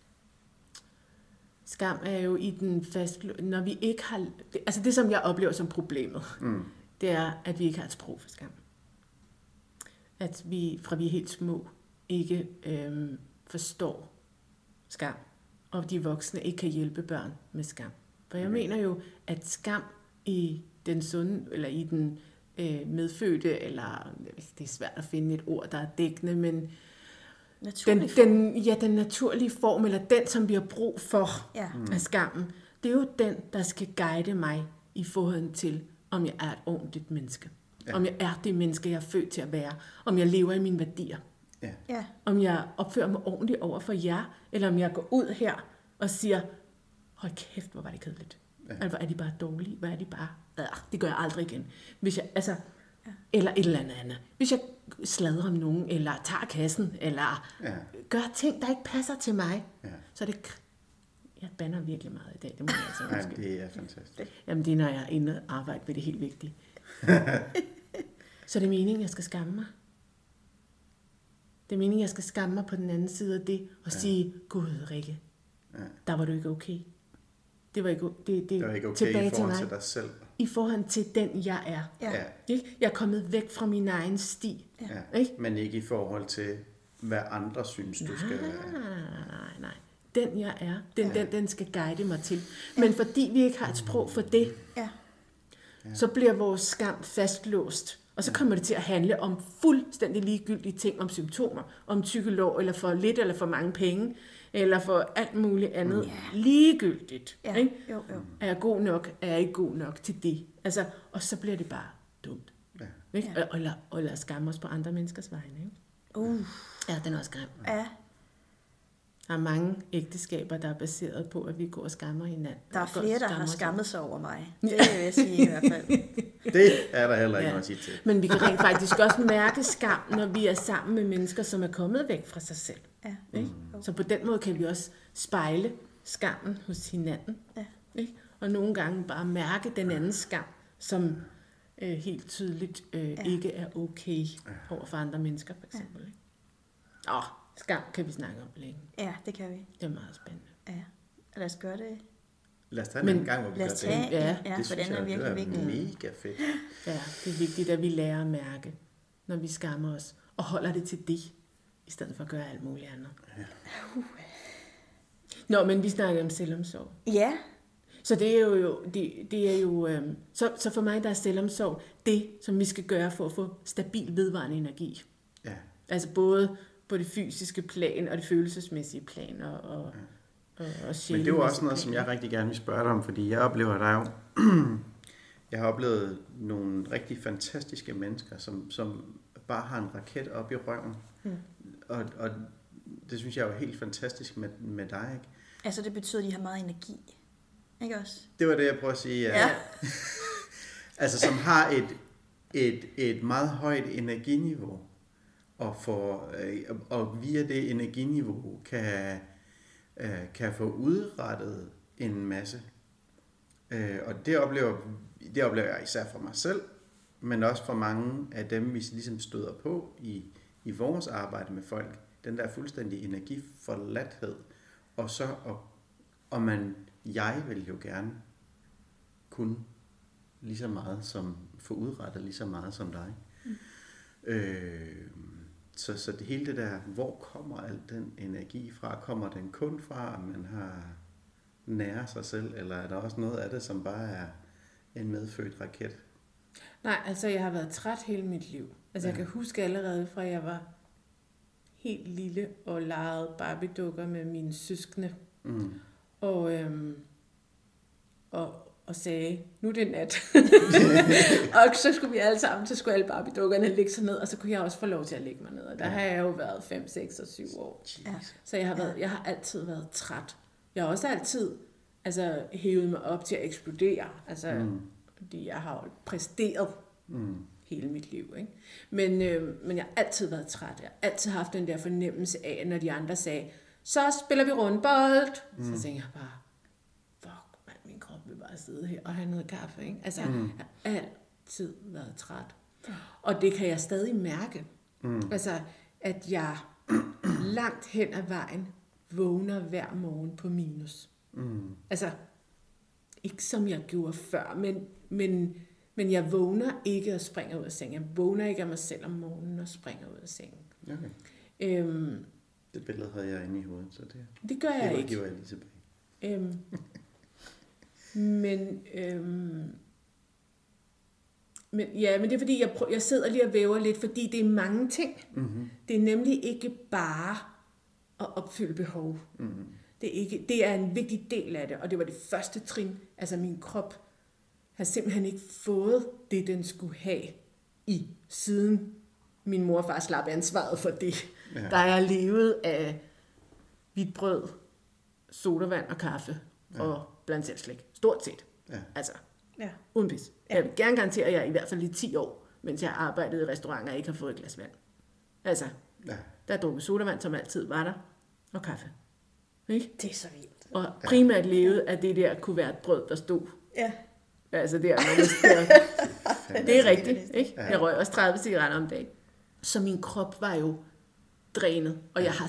skam er jo i den når vi ikke har, altså det som jeg oplever som problemet, det er, at vi ikke har et sprog for skam. At vi, fra vi er helt små, ikke forstår skam, og de voksne ikke kan hjælpe børn med skam. For jeg mener jo, at skam i den sunde, eller i den medfødte, eller det er svært at finde et ord, der er dækkende, men den naturlige form, eller den, som vi har brug for af skammen, det er jo den, der skal guide mig i forhold til, om jeg er et ordentligt menneske. Ja. Om jeg er det menneske, jeg er født til at være. Om jeg lever i mine værdier. Ja. Om jeg opfører mig ordentligt over for jer, eller om jeg går ud her og siger, hold kæft, hvor var det kedeligt. Ja. Altså, hvor er de bare dårlige? Hvor er de bare... det gør jeg aldrig igen. Hvis jeg, eller et eller andet. Hvis jeg sladrer om nogen, eller tager kassen, eller gør ting, der ikke passer til mig, så er det... Jeg bander virkelig meget i dag, det må jeg altså huske. Det er fantastisk. Jamen, det er, når jeg er inde og arbejder med det helt vigtige. Så det er meningen, jeg skal skamme mig. Det er meningen, jeg skal skamme mig på den anden side af det, og sige, Gud, Rikke, der var du ikke okay. Det var ikke, det var ikke okay tilbage i forhold til dig selv. I forhold til den, jeg er. Ja. Jeg er kommet væk fra min egen sti. Ja. Ikke? Men ikke i forhold til, hvad andre synes, du skal være. Nej. Den jeg er, den skal guide mig til. Men fordi vi ikke har et sprog for det, så bliver vores skam fastlåst. Og så kommer det til at handle om fuldstændig ligegyldige ting, om symptomer, om psykolog, eller for lidt eller for mange penge, eller for alt muligt andet. Ligegyldigt. Ikke? Jo. Er jeg god nok? Er jeg ikke god nok til det? Altså, og så bliver det bare dumt. Ja. Ikke? Ja. Og lad os skamme os på andre menneskers vegne. Ikke? Ja, den er også grim. Ja. Der er mange ægteskaber, der er baseret på, at vi går og skammer hinanden. Der er flere, der har skammet sig over mig. Det vil jeg sige i hvert fald. Det er der heller ikke noget at sige til. Men vi kan rent faktisk også mærke skam, når vi er sammen med mennesker, som er kommet væk fra sig selv. Ja. Ikke? Så på den måde kan vi også spejle skammen hos hinanden. Ja. Ikke? Og nogle gange bare mærke den andens skam, som helt tydeligt ikke er okay over for andre mennesker, for eksempel. Ikke? Skam kan vi snakke om længe. Ja, det kan vi. Det er meget spændende. Ja, lad os gøre det. Lad os tage en gang, hvor vi gør det. Ja, det for den er virkelig vigtig. Mega fedt. Ja, det er vigtigt, at vi lærer at mærke, når vi skammer os, og holder det til det, i stedet for at gøre alt muligt andet. Ja. Nå, men vi snakker om selvomsorg. Ja. Så det er jo så for mig, der er selvomsorg det, som vi skal gøre for at få stabil, vedvarende energi. Ja. Altså både på det fysiske plan og det følelsesmæssige plan og men det er jo også noget, som jeg rigtig gerne vil spørge dig om, fordi jeg oplever dig jo. Jeg har oplevet nogle rigtig fantastiske mennesker, som bare har en raket op i røven. Og det synes jeg er jo helt fantastisk med dig, ikke? Altså det betyder, at de har meget energi. Ikke også? Det var det, jeg prøver at sige. Ja. Altså som har et meget højt energiniveau, og via det energiniveau kan få udrettet en masse. Og det oplever jeg især for mig selv, men også for mange af dem, vi ligesom støder på i vores arbejde med folk. Den der fuldstændig energiforladthed. Og så, jeg vil jo gerne kunne lige så meget som, få udrettet lige så meget som dig. Så det hele det der, hvor kommer al den energi fra? Kommer den kun fra, at man har nære sig selv, eller er der også noget af det, som bare er en medfødt raket? Nej, altså jeg har været træt hele mit liv. Altså jeg kan huske allerede fra jeg var helt lille og legede Barbie-dukker med mine søskende. Og sagde, nu er det nat. Og så skulle vi alle sammen, så skulle alle Barbie-dukkerne ligge sig ned, og så kunne jeg også få lov til at lægge mig ned. Og der har jeg jo været 5, 6 og 7 år. Ja. Så jeg har altid været træt. Jeg har også altid hævet mig op til at eksplodere. Fordi jeg har jo præsteret hele mit liv. Ikke? Men jeg har altid været træt. Jeg har altid haft den der fornemmelse af, når de andre sagde, så spiller vi rundbold. Så tænkte jeg bare, min krop vil bare sidde her og have noget kaffe. Ikke? Altså, jeg har altid været træt. Og det kan jeg stadig mærke. Altså, at jeg langt hen ad vejen vågner hver morgen på minus. Altså, ikke som jeg gjorde før, men jeg vågner ikke og springer ud af sengen. Jeg vågner ikke af mig selv om morgenen og springer ud af sengen. Okay. Det billede havde jeg inde i hovedet, så det gør jeg ikke. Det giver jeg lige tilbage. Men det er fordi, jeg sidder lige og væver lidt, fordi det er mange ting. Det er nemlig ikke bare at opfylde behov. Det er en vigtig del af det, og det var det første trin. Altså min krop har simpelthen ikke fået det, den skulle have siden min mor og far slap ansvaret for det. Ja. Der er levet af hvidt brød, sodavand og kaffe og blandt selv slik. Stort set. Ja. Altså, uden pis. Ja. Jeg vil gerne garantere, at jeg i hvert fald i 10 år, mens jeg arbejdede i restauranter, ikke har fået et glas vand. Altså, der drukket sodavand, som altid var der, og kaffe. Ikke? Det er så vildt. Og primært levet af det der kuvertbrød, der stod. Ja. Altså det er rigtigt, ikke? Jeg røg også 30 cigaretter om dagen. Så min krop var jo drænet, og jeg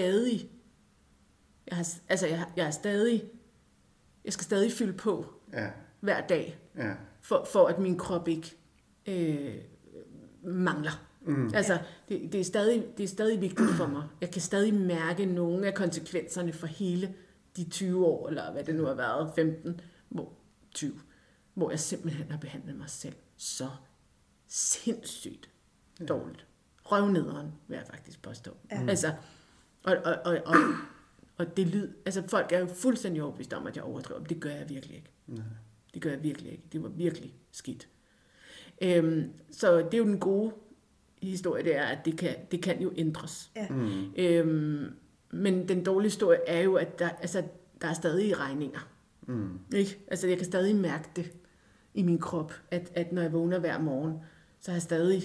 skal stadig fylde på hver dag, for at min krop ikke mangler. Altså, det er stadig vigtigt for mig. Jeg kan stadig mærke nogle af konsekvenserne for hele de 20 år, eller hvad det nu har været, 15, 20, hvor jeg simpelthen har behandlet mig selv så sindssygt dårligt. Røvnederen, vil jeg faktisk påstå. Ja. Altså, og det altså folk er jo fuldstændig overbevist om, at jeg overdriver, men det gør jeg virkelig ikke. Nej. Det gør jeg virkelig ikke. Det var virkelig skidt. Så det er jo den gode historie, det er, at det kan jo ændres. Ja. Men den dårlige historie er jo, at der er stadig regninger. Ikke? Altså jeg kan stadig mærke det i min krop, at når jeg vågner hver morgen, så har jeg stadig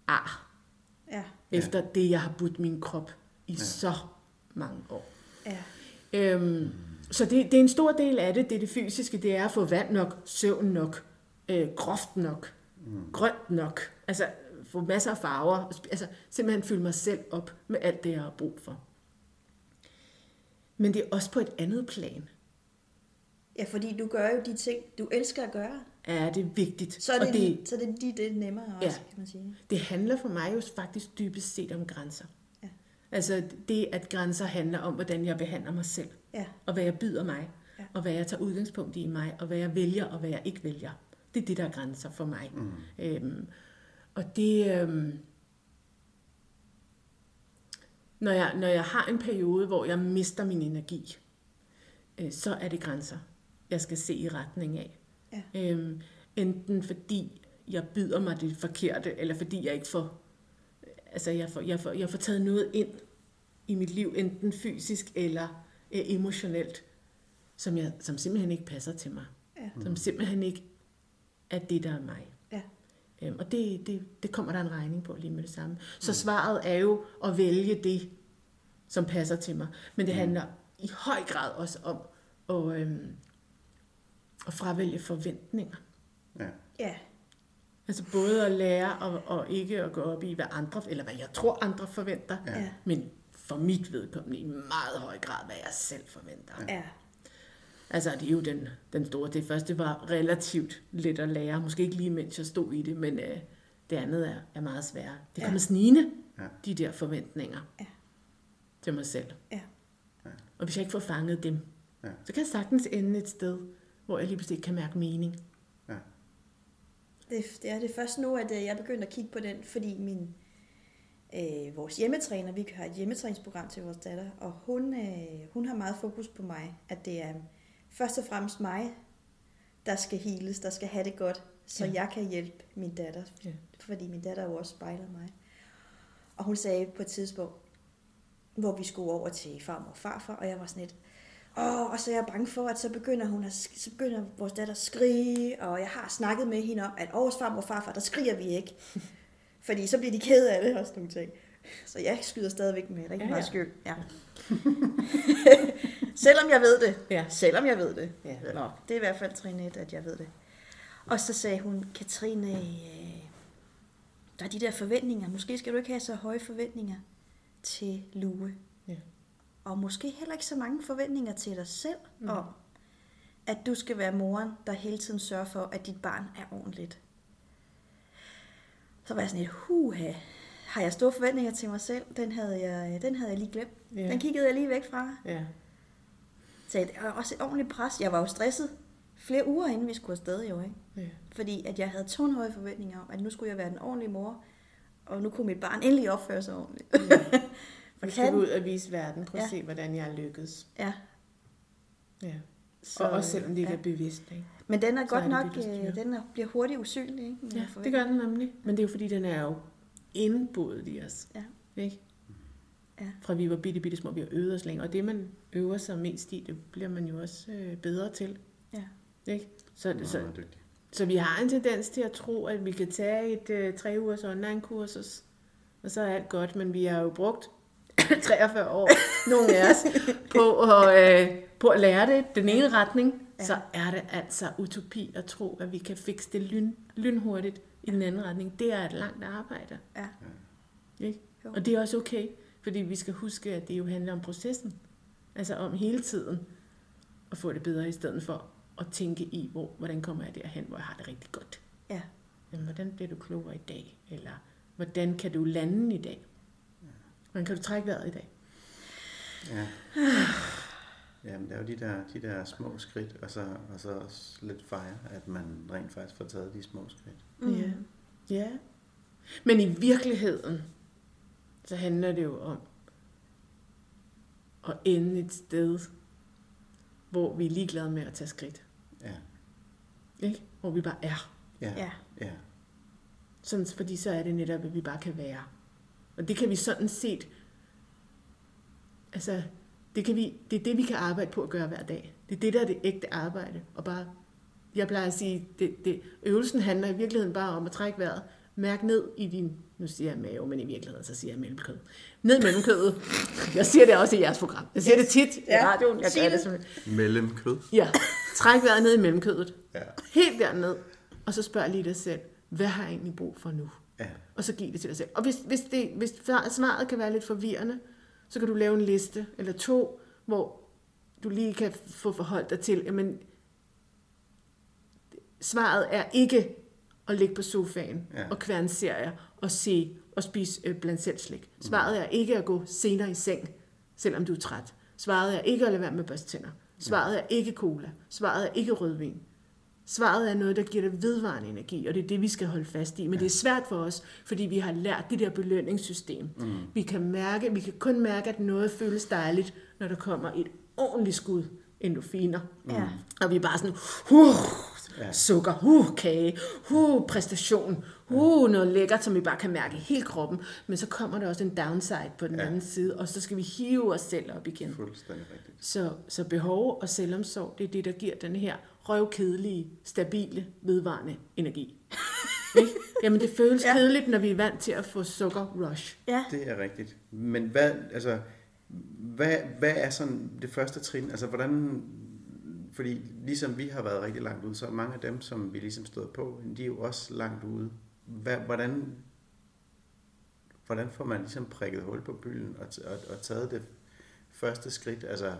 efter det, jeg har budt min krop i så mange år. Ja. Så det er en stor del af det. Det fysiske, det er at få vand nok, søvn nok, groft nok, grønt nok. Altså få masser af farver. Altså simpelthen fylde mig selv op med alt det, jeg har brug for. Men det er også på et andet plan. Ja, fordi du gør jo de ting, du elsker at gøre. Ja, det er vigtigt. Så er det er nemmere også, kan man sige. Det handler for mig jo faktisk dybest set om grænser. Ja. Altså det, at grænser handler om, hvordan jeg behandler mig selv. Ja. Og hvad jeg byder mig. Ja. Og hvad jeg tager udgangspunkt i mig. Og hvad jeg vælger, og hvad jeg ikke vælger. Det er det, der er grænser for mig. Og det... Når jeg har en periode, hvor jeg mister min energi, så er det grænser, jeg skal se i retning af. Ja. Enten fordi jeg byder mig det forkerte, eller fordi jeg ikke får... Altså jeg får taget noget ind i mit liv, enten fysisk eller emotionelt, som simpelthen ikke passer til mig. Ja. Som simpelthen ikke er det, der er mig. Ja. Og det kommer der en regning på lige med det samme. Så svaret er jo at vælge det, som passer til mig. Men det handler i høj grad også om at fravælge forventninger. Ja. Ja. Altså både at lære og ikke at gå op i, hvad andre, eller hvad jeg tror, andre forventer. Ja. Men for mit vedkommende i meget høj grad, hvad jeg selv forventer. Ja. Altså det er jo den store. Det første var relativt let at lære. Måske ikke lige mens jeg stod i det, men det andet er meget sværere. Det kommer snigende, de der forventninger til mig selv. Ja. Og hvis jeg ikke får fanget dem, så kan jeg sagtens ende et sted, hvor jeg lige pludselig kan mærke mening. Ja. Det er det først nu, at jeg begyndte at kigge på den, fordi vores hjemmetræner, vi har et hjemmetræningsprogram til vores datter, og hun har meget fokus på mig, at det er først og fremmest mig, der skal heales, der skal have det godt, så jeg kan hjælpe min datter, fordi min datter jo også spejler mig. Og hun sagde på et tidspunkt, hvor vi skulle over til farmor og farfar, og jeg var sådan lidt, og så er jeg bange for, at så begynder vores datter at skrige, og jeg har snakket med hende om, at hos farmor og farfar, der skriger vi ikke. Fordi så bliver de ked af det og sådan nogle ting. Så jeg skyder stadigvæk med rigtig meget skyld. Ja. Selvom jeg ved det. Ja. Selvom jeg ved det. Ja. Nå, det er i hvert fald trin 1, at jeg ved det. Og så sagde hun, Katrine, der er de der forventninger. Måske skal du ikke have så høje forventninger til Lue. Ja. Og måske heller ikke så mange forventninger til dig selv om, at du skal være moren, der hele tiden sørger for, at dit barn er ordentligt. Så var jeg sådan et, har jeg store forventninger til mig selv? Den havde jeg lige glemt. Ja. Den kiggede jeg lige væk fra. Ja. Så det var også et ordentligt pres. Jeg var jo stresset flere uger, inden vi skulle afsted jo, ikke? Ja. Fordi at jeg havde tårnhøje forventninger om, at nu skulle jeg være den ordentlige mor, og nu kunne mit barn endelig opføre sig ordentligt. Ja. Nu skal vi ud og vise verden. Prøv at se, hvordan jeg lykkedes. Ja. Ja. Så, og også selvom det ikke er bevidst. Ikke? Men den er godt nok, den bliver hurtigt usynlig. Ikke? Ja, det gør den nemlig. Men det er jo fordi, den er jo indboet i os. Ja. Ikke? Ja. Fra vi var bitte små, vi har øvet os længe. Og det, man øver sig mest i, det bliver man jo også bedre til. Ja. Ikke? Så vi har en tendens til at tro, at vi kan tage et 3 ugers online-kursus, og så er alt godt. Men vi har jo brugt 43 år, nogle af os, på at lære det den ene retning, så er det altså utopi at tro, at vi kan fikse det lynhurtigt i den anden retning. Det er et langt arbejde. Ja. Ikke? Og det er også okay, fordi vi skal huske, at det jo handler om processen. Altså om hele tiden at få det bedre, i stedet for at tænke i, hvordan kommer jeg derhen, hvor jeg har det rigtig godt. Ja. Jamen, hvordan bliver du klogere i dag? Eller hvordan kan du lande i dag? Hvordan kan du trække vejret i dag? Ja. Jamen, det er jo de der små skridt, og så også lidt fejre, at man rent faktisk får taget de små skridt. Mm. Ja. Ja. Men i virkeligheden, så handler det jo om at ende et sted, hvor vi er ligeglade med at tage skridt. Ja. Ikke? Hvor vi bare er. Ja. Ja. Ja. Sådan, fordi så er det netop, at vi bare kan være. Og det kan vi sådan set, altså, det er det, vi kan arbejde på at gøre hver dag. Det er det, der er det ægte arbejde. Og bare, jeg plejer at sige, øvelsen handler i virkeligheden bare om at trække vejret, mærk ned i din, nu siger jeg mave, men i virkeligheden så siger jeg mellemkød. Ned i mellemkødet. Jeg siger det også i jeres program. Jeg siger det tit i radioen. Jeg gør det simpelthen. Mellemkød? Ja, træk vejret ned i mellemkødet. Ja. Helt derned. Og så spørg lige dig selv, hvad har jeg egentlig brug for nu? Ja. Og så giv det til dig selv. Og hvis svaret kan være lidt forvirrende, så kan du lave en liste eller 2, hvor du lige kan få forholdt dig til, jamen, svaret er ikke at ligge på sofaen og kværne serier og se og spise blandt selv slik. Svaret er ikke at gå senere i seng, selvom du er træt. Svaret er ikke at lade være med børsttænder. Svaret er ikke cola. Svaret er ikke rødvin. Svaret er noget, der giver dig vedvarende energi, og det er det, vi skal holde fast i. Men det er svært for os, fordi vi har lært det der belønningssystem. Vi kan kun mærke, at noget føles dejligt, når der kommer et ordentligt skud endorfiner. Og vi er bare sådan, sukker, kage, præstation, noget lækkert, som vi bare kan mærke i hele kroppen. Men så kommer der også en downside på den anden side, og så skal vi hive os selv op igen. Fuldstændig rigtigt. Så behov og selvomsorg, det er det, der giver den her røvkedelige, stabile, vedvarende energi. Jamen det føles kedeligt, når vi er vant til at få sukker-rush. Ja. Det er rigtigt. Men hvad er sådan det første trin? Altså hvordan, fordi ligesom vi har været rigtig langt ude, så mange af dem, som vi ligesom stod på, de er jo også langt ude. Hvordan får man ligesom prikket hul på bylden og taget det første skridt? Altså,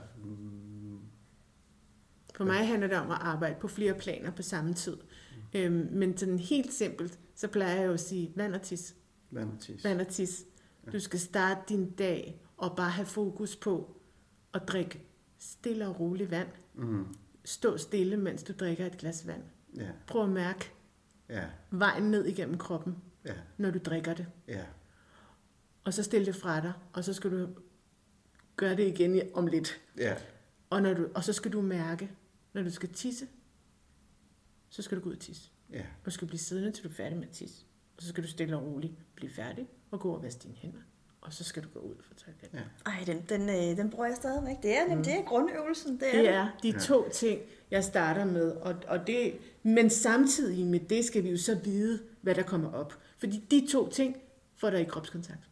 For mig handler det om at arbejde på flere planer på samme tid. Men sådan helt simpelt, så plejer jeg jo at sige, vand og tis. Vand og tis. Du skal starte din dag og bare have fokus på at drikke stille og roligt vand. Stå stille, mens du drikker et glas vand. Prøv at mærke vejen ned igennem kroppen, når du drikker det. Og så stille det fra dig, og så skal du gøre det igen om lidt. Og så skal du mærke, når du skal tisse, så skal du gå ud og tisse. Og du skal blive siddende, til du er færdig med at tisse. Og så skal du stille og roligt blive færdig og gå og vaske dine hænder. Og så skal du gå ud for toilettet. Den bruger jeg stadigvæk. Det er grundøvelsen. Det er de 2 ting, jeg starter med. Men samtidig med det skal vi jo så vide, hvad der kommer op. Fordi de 2 ting får dig i kropskontakt.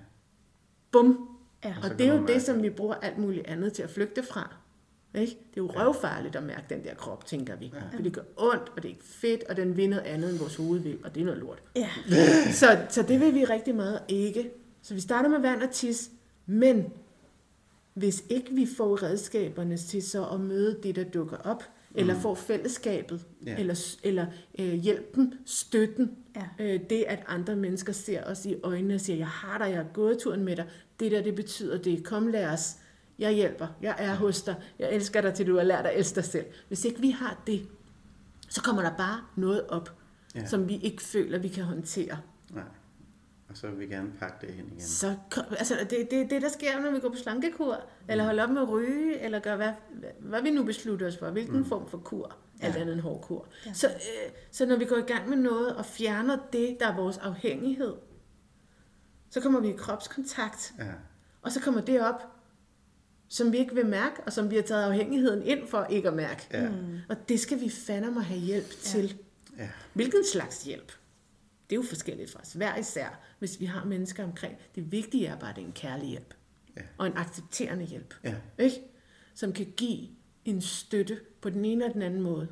Bum. Og det er jo det, som vi bruger alt muligt andet til at flygte fra. Ikke? Det er jo røvfarligt at mærke den der krop, tænker vi. For det gør ondt, og det er ikke fedt, og den vil noget andet end vores hoved vil, og det er noget lort. Så det vil vi rigtig meget ikke. Så vi starter med vand og tis, men hvis ikke vi får redskaberne til så at møde det, der dukker op, eller får fællesskabet, eller hjælpen, støtten, det at andre mennesker ser os i øjnene og siger, jeg har dig, jeg har gået turen med dig, det der, det betyder det, kom lad os, jeg hjælper, jeg er hos dig, jeg elsker dig, til du har lært at elske dig selv. Hvis ikke vi har det, så kommer der bare noget op, som vi ikke føler, vi kan håndtere. Nej. Og så vil vi gerne pakke det hen igen. Så, altså, det er det, der sker, når vi går på slankekur, eller holder op med at ryge, eller gør hvad vi nu beslutter os for, hvilken form for kur, alt andet end hård kur. Så når vi går i gang med noget, og fjerner det, der er vores afhængighed, så kommer vi i kropskontakt, og så kommer det op, som vi ikke vil mærke, og som vi har taget afhængigheden ind for ikke at mærke. Og det skal vi fandme have hjælp til. Hvilken slags hjælp? Det er jo forskelligt fra os, hver især, hvis vi har mennesker omkring. Det vigtige er bare, at det er en kærlig hjælp. Og en accepterende hjælp. Ikke? Som kan give en støtte på den ene og den anden måde.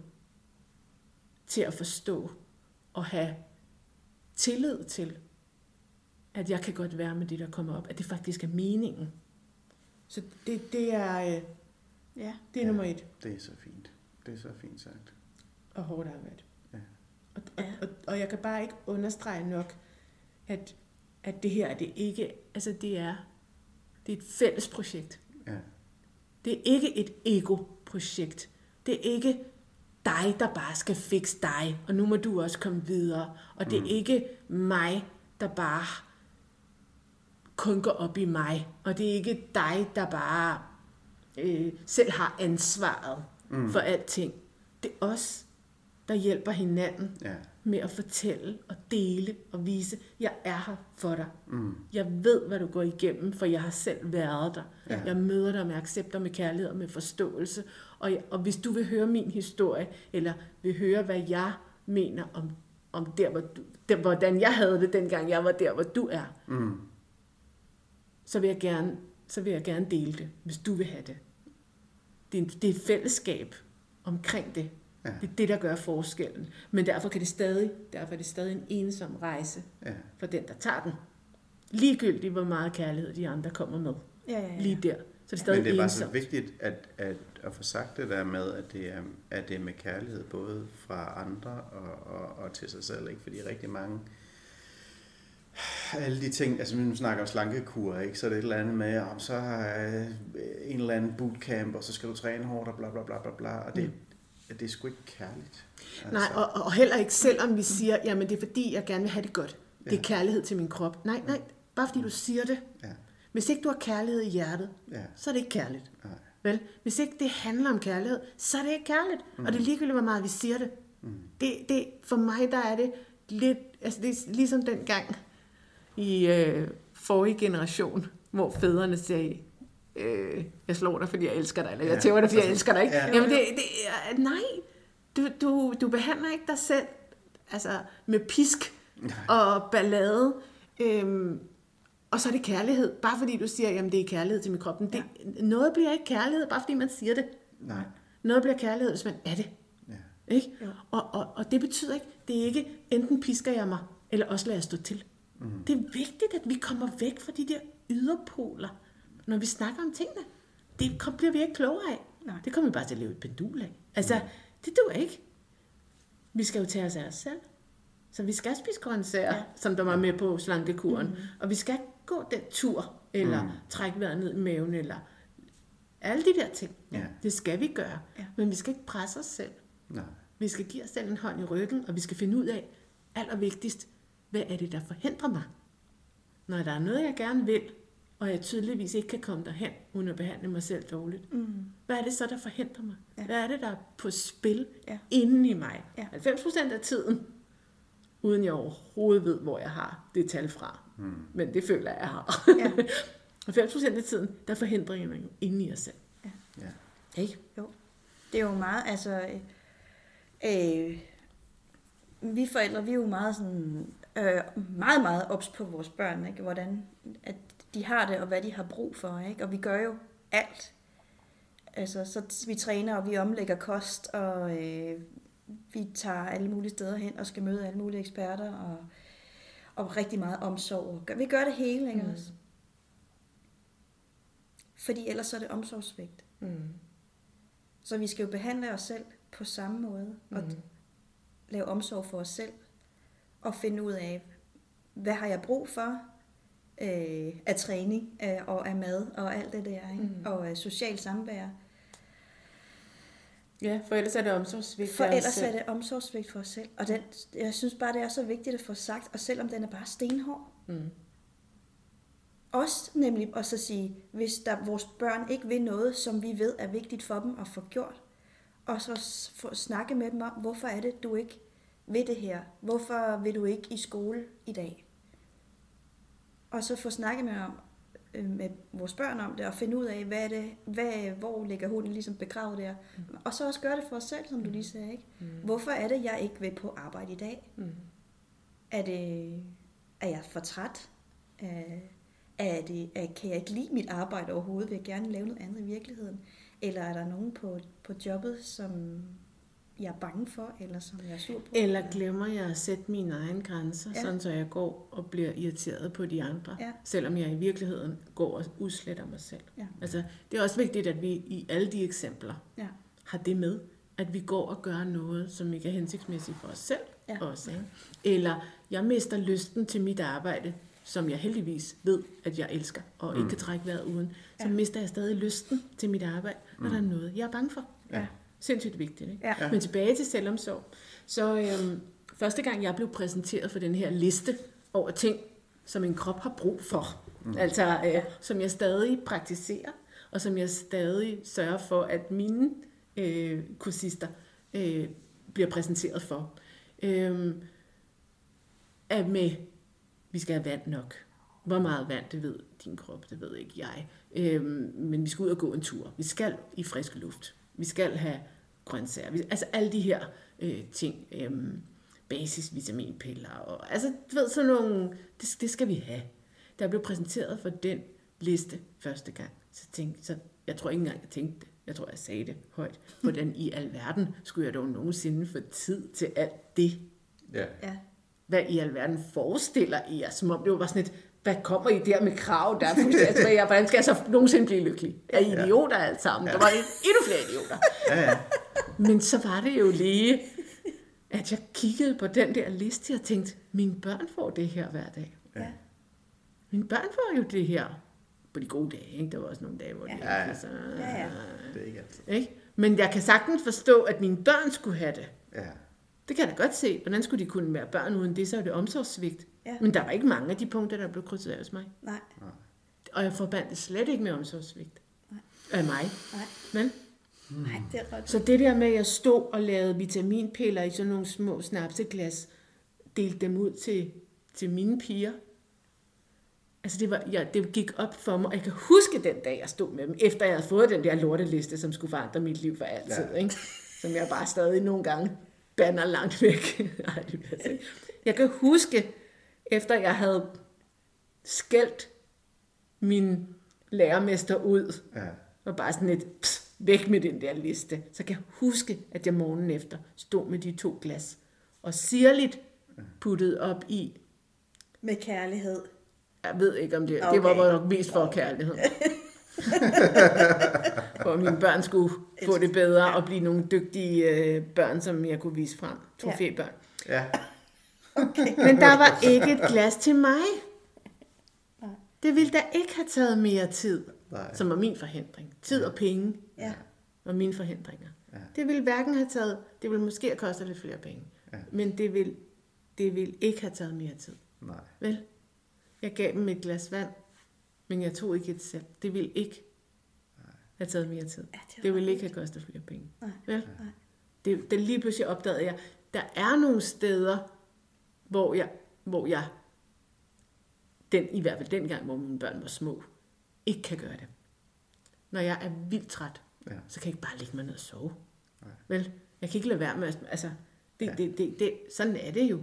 Til at forstå og have tillid til, at jeg kan godt være med det, der kommer op. At det faktisk er meningen. Så det er nummer 1. Det er så fint. Det er så fint sagt. Og hårdt arbejde. Og jeg kan bare ikke understrege nok, at det her, det ikke, altså det er et fælles projekt. Det er ikke et ego-projekt. Det er ikke dig, der bare skal fikse dig, og nu må du også komme videre. Og det er ikke mig, der bare kun går op i mig. Og det er ikke dig, der bare selv har ansvaret for alting. Det er os, der hjælper hinanden med at fortælle og dele og vise, jeg er her for dig. Jeg ved, hvad du går igennem, for jeg har selv været der. Ja. Jeg møder dig med accept og med kærlighed og med forståelse. Og hvis du vil høre min historie, eller vil høre, hvad jeg mener om hvordan jeg havde det, dengang jeg var der, hvor du er, så vil jeg gerne dele det, hvis du vil have det. Det er et fællesskab omkring det. Ja. Det er det, der gør forskellen. Men derfor er det stadig en ensom rejse for den, der tager den. Ligegyldigt, hvor meget kærlighed de andre kommer med. Ja. Lige der. Så det er stadig Men det er ensomt. bare så vigtigt at få sagt det der med, at det er med kærlighed, både fra andre og til sig selv. Ikke? Fordi rigtig mange alle de ting, altså nu snakker om slankekur, ikke? Så er det et eller andet med, om så en eller anden bootcamp, og så skal du træne hårdt, og bla bla bla bla bla, og det er sgu ikke kærligt. Altså. Nej, og heller ikke selvom vi siger, jamen det er fordi, jeg gerne vil have det godt. Det er kærlighed til min krop. Nej, bare fordi du siger det. Ja. Hvis ikke du har kærlighed i hjertet, så er det ikke kærligt. Nej. Vel? Hvis ikke det handler om kærlighed, så er det ikke kærligt. Og det er ligegyldigt, hvor meget vi siger det. Det for mig, der er det lidt, altså det er ligesom den gang i forrige generation, hvor fædrene sagde, jeg slår dig, fordi jeg elsker dig, eller jeg tæver dig, fordi jeg elsker dig. Ikke? Ja. Jamen nej, du behandler ikke dig selv altså med pisk og ballade, og så er det kærlighed, bare fordi du siger, jamen det er kærlighed til min krop. Noget bliver ikke kærlighed, bare fordi man siger det. Nej. Noget bliver kærlighed, hvis man er det. Ja. Ikke? Og det betyder ikke, det er ikke enten pisker jeg mig, eller også lader jeg stå til. Det er vigtigt, at vi kommer væk fra de der yderpoler, når vi snakker om tingene. Det bliver vi ikke klogere af. Nej. Det kommer vi bare til at leve et pendul af. Altså, det duer ikke. Vi skal jo tage os af os selv. Så vi skal spise grøntsager, som der var med på slankekuren. Og vi skal gå den tur, eller trække vejret ned i maven, eller alle de der ting. Ja. Det skal vi gøre. Ja. Men vi skal ikke presse os selv. Nej. Vi skal give os selv en hånd i ryggen, og vi skal finde ud af, allervigtigst, hvad er det, der forhindrer mig? Når der er noget, jeg gerne vil, og jeg tydeligvis ikke kan komme derhen, uden at behandle mig selv dårligt. Hvad er det så, der forhindrer mig? Ja. Hvad er det, der er på spil inden i mig? Ja. 90% af tiden, uden jeg overhovedet ved, hvor jeg har det tal fra. Men det føler jeg har. Ja. 90% af tiden, der forhindrer jeg mig jo inde i os selv. Ja. Ikke? Jo. Det er jo meget, altså... vi forældre, vi er jo meget sådan... meget, meget ops på vores børn, ikke? Hvordan at de har det, og hvad de har brug for, ikke? Og vi gør jo alt. Altså, så vi træner, og vi omlægger kost, og vi tager alle mulige steder hen, og skal møde alle mulige eksperter, og rigtig meget omsorg. Vi gør det hele, ikke også? Fordi ellers så er det omsorgssvigt. Så vi skal jo behandle os selv på samme måde, og lave omsorg for os selv, og finde ud af, hvad har jeg brug for af træning, og af mad, og alt det der, ikke? Og af social samvær. Ja, for ellers er det omsorgssvigt. For ellers er det omsorgssvigt for os selv. Og jeg synes bare, det er så vigtigt at få sagt, og selvom den er bare stenhård. Også nemlig at så sige, hvis vores børn ikke vil noget, som vi ved er vigtigt for dem at få gjort, og så få snakke med dem om, hvorfor er det, du ikke vil det her? Hvorfor vil du ikke i skole i dag? Og så få snakket med vores børn om det, og finde ud af, hvor ligger hunden ligesom begravet der. Og så også gøre det for os selv, som du lige sagde, ikke? Hvorfor er det, jeg ikke vil på arbejde i dag? Er jeg for træt? Kan jeg ikke lide mit arbejde overhovedet? Vil jeg gerne lave noget andet i virkeligheden? Eller er der nogen på jobbet, som jeg er bange for, eller som jeg er sur på? Eller glemmer jeg at sætte mine egne grænser, sådan så jeg går og bliver irriteret på de andre, selvom jeg i virkeligheden går og udsletter mig selv. Ja. Altså, det er også vigtigt, at vi i alle de eksempler har det med, at vi går og gør noget, som ikke er hensigtsmæssigt for os selv også. Ikke? Eller jeg mister lysten til mit arbejde, som jeg heldigvis ved, at jeg elsker, og ikke kan trække vejret uden, så mister jeg stadig lysten til mit arbejde, når der er noget, jeg er bange for. Ja. Sindssygt vigtigt. Ikke? Ja. Men tilbage til selvomsorg. Så første gang jeg blev præsenteret for den her liste over ting, som en krop har brug for, altså som jeg stadig praktiserer, og som jeg stadig sørger for, at mine kursister bliver præsenteret for. er med, vi skal have vand nok. Hvor meget vand, det ved din krop, det ved ikke jeg. Men vi skal ud og gå en tur. Vi skal i frisk luft. Vi skal have grøntsager. Altså alle de her ting. Basisvitaminpiller. Og, altså, du ved, sådan nogle, det skal vi have. Der blev præsenteret for den liste første gang. Så jeg tror ikke engang, jeg tænkte det. Jeg tror, jeg sagde det højt. Hvordan i alverden skulle jeg dog nogensinde få tid til alt det? Ja. Hvad i alverden forestiller I jer? Som om det var bare sådan et, hvad kommer I der med krav? Der er fuldstændig, hvordan skal jeg så nogensinde blive lykkelig? Er I idioter alt sammen? Der var endnu flere idioter. Ja. Men så var det jo lige, at jeg kiggede på den der liste og tænkte, mine børn får det her hver dag. Ja. Mine børn får jo det her på de gode dage. Ikke? Der var også nogle dage, hvor de Det er ikke altid. Ikke? Men jeg kan sagtens forstå, at mine børn skulle have det. Ja. Det kan jeg da godt se. Hvordan skulle de kunne være børn uden det? Så er det omsorgssvigt. Ja. Men der var ikke mange af de punkter, der blev krydset af hos mig. Nej. Og jeg forbandt det slet ikke med omsorgssvigt. Af mig. Nej. Men? Nej, det er ret. Så det der med, at jeg stod og lavede vitaminpiller i sådan nogle små snapseglas, delte dem ud til mine piger. Altså det gik op for mig, og jeg kan huske den dag, jeg stod med dem, efter jeg havde fået den der lorteliste, som skulle forandre mit liv for altid, ikke? Som jeg bare stadig nogle gange bander langt væk. Jeg kan huske, efter jeg havde skældt min lærermester ud, og bare sådan et væk med den der liste, så kan jeg huske, at jeg morgenen efter stod med de 2 glas, og sirligt puttede op i. Med kærlighed. Jeg ved ikke om det. Okay. Det var nok mest for kærlighed. Hvor mine børn skulle få det bedre og blive nogle dygtige børn, som jeg kunne vise frem. Trofæbørn. Ja. Okay. Men der var ikke et glas til mig. Det ville da ikke have taget mere tid, som var min forhindring. Tid og penge var mine forhindringer. Ja. Det ville hverken have taget, det ville måske have kostet lidt flere penge, men det ville ikke have taget mere tid. Nej. Vel? Jeg gav dem et glas vand, men jeg tog ikke et selv. Det ville ikke have taget mere tid. Ja, det ville ikke have kostet flere penge. Nej. Vel? Det lige pludselig opdagede jeg, der er nogle steder, hvor jeg i hvert fald dengang, hvor mine børn var små, ikke kan gøre det. Når jeg er vildt træt, så kan jeg ikke bare ligge mig ned og sove. Nej. Vel? Jeg kan ikke lade være med, altså, sådan er det jo.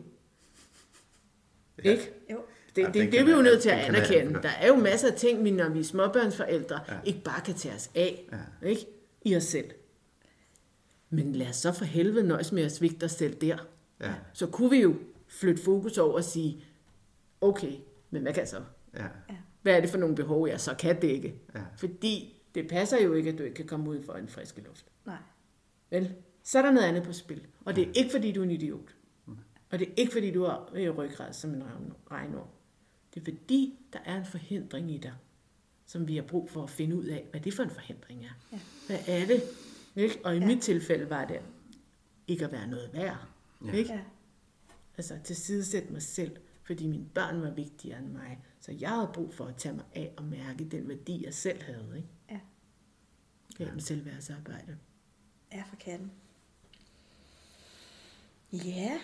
Ikke? Jo. Det er vi jo nødt til at anerkende. Der er jo masser af ting, når vi er småbørnsforældre, ikke bare kan tage os af, ikke? I os selv. Men lad os så for helvede nøjes med at svigte os selv der. Ja. Så kunne vi jo flytte fokus over og sige, okay, men hvad kan så? Ja. Hvad er det for nogle behov, jeg så kan dække? Ja. Fordi det passer jo ikke, at du ikke kan komme ud for en frisk luft. Nej. Vel? Så er der noget andet på spil. Og det er ikke, fordi du er en idiot. Og det er ikke, fordi du har ryggrad som en regnorm. Det er, fordi der er en forhindring i dig, som vi har brug for at finde ud af, hvad det for en forhindring er. Ja. Hvad er det? Ikke? Og i mit tilfælde var det ikke at være noget værd. Ja. Ikke? Ja. Altså tilsidesætte mig selv, fordi mine børn var vigtigere end mig. Så jeg havde brug for at tage mig af og mærke den værdi, jeg selv havde. Ikke? Ja. Gennem selvværdsarbejde. Ja, for katten. Ja.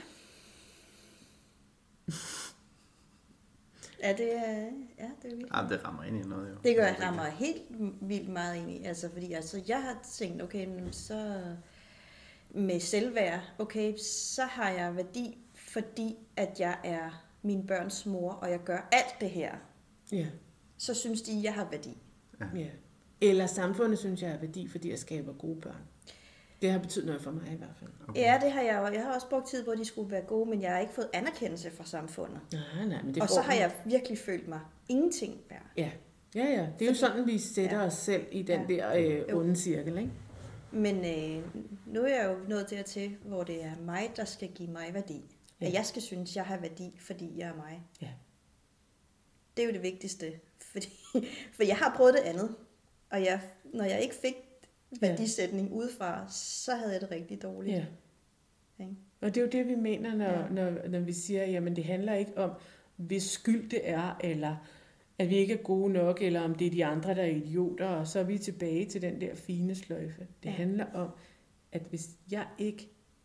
Det er vildt. Ja, det rammer ind i noget, jo. Det rammer helt vildt meget ind i. Altså, fordi jeg har tænkt, okay, så med selvværd, okay, så har jeg værdi, fordi at jeg er mine børns mor, og jeg gør alt det her. Ja. Så synes de, jeg har værdi. Ja. Eller samfundet synes, jeg har værdi, fordi jeg skaber gode børn. Det har betydet noget for mig i hvert fald. Okay. Ja, det har jeg jo. Jeg har også brugt tid, hvor de skulle være gode, men jeg har ikke fået anerkendelse fra samfundet. Nej, men det og så har jeg virkelig følt mig ingenting værd. Ja. Det er jo sådan, vi sætter os selv i den der onde cirkel, ikke? Men nu er jeg jo nået dertil, hvor det er mig, der skal give mig værdi. Ja. At jeg skal synes, jeg har værdi, fordi jeg er mig. Ja. Det er jo det vigtigste. For jeg har prøvet det andet. Og når jeg ikke fik værdisætning udefra, så havde jeg det rigtig dårligt. Ja. Okay. Og det er jo det, vi mener, når vi siger, jamen det handler ikke om, hvis skyld det er, eller at vi ikke er gode nok, eller om det er de andre, der er idioter, og så er vi tilbage til den der fine sløjfe. Det handler om, at hvis jeg ikke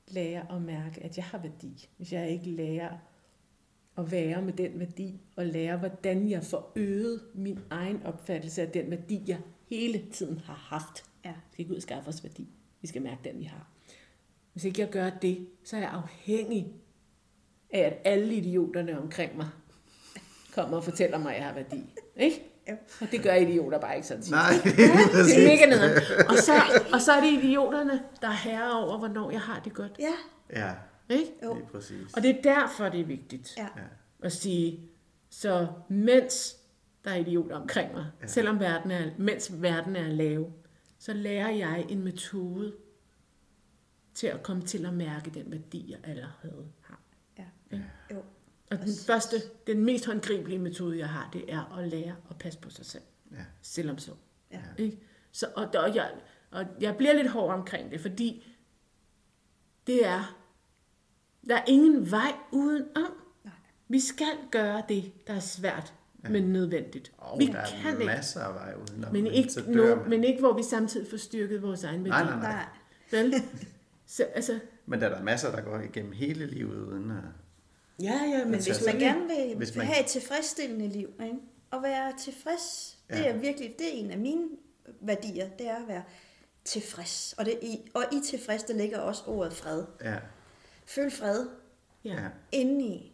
lærer at mærke, at jeg har værdi, hvis jeg ikke lærer at være med den værdi, og lære, hvordan jeg får øget min egen opfattelse af den værdi, jeg hele tiden har haft. Ja. Vi skal ikke ud og skaffe os værdi. Vi skal mærke den, vi har. Hvis ikke jeg gør det, så er jeg afhængig af, at alle idioterne omkring mig kommer og fortæller mig, at jeg har værdi. Ikke? Ja. Og det gør idioter bare ikke sådan tit. Nej, det er mega nederen. Og så er det idioterne, der er herre over, hvornår jeg har det godt. Ja. Ja, Ikke? lige præcis. Og det er derfor, det er vigtigt at sige, så mens der er idioter omkring mig, selvom mens verden er lav, så lærer jeg en metode til at komme til at mærke den værdi, jeg allerede har. Ja. Jo. Og den mest håndgribelige metode, jeg har, det er at lære at passe på sig selv. Ja. Selvomsorg. Ja. Ikke? Så, og jeg bliver lidt hård omkring det, fordi der er ingen vej udenom. Nej. Vi skal gøre det, der er svært, men nødvendigt. Og Vi der kan er ikke. masser af veje udenom. Men ikke hvor vi samtidig får styrket vores egen værdi. Nej. Vel? Så, altså, Men der er der masser, der går igennem hele livet uden at... ja, men Hvis man gerne vil Hvis man- have et tilfredsstillende liv, ikke? Og være tilfreds, det er virkelig, det er en af mine værdier, det er at være tilfreds. Og i tilfreds, der ligger også ordet fred. Ja, Føl fred ja. indeni,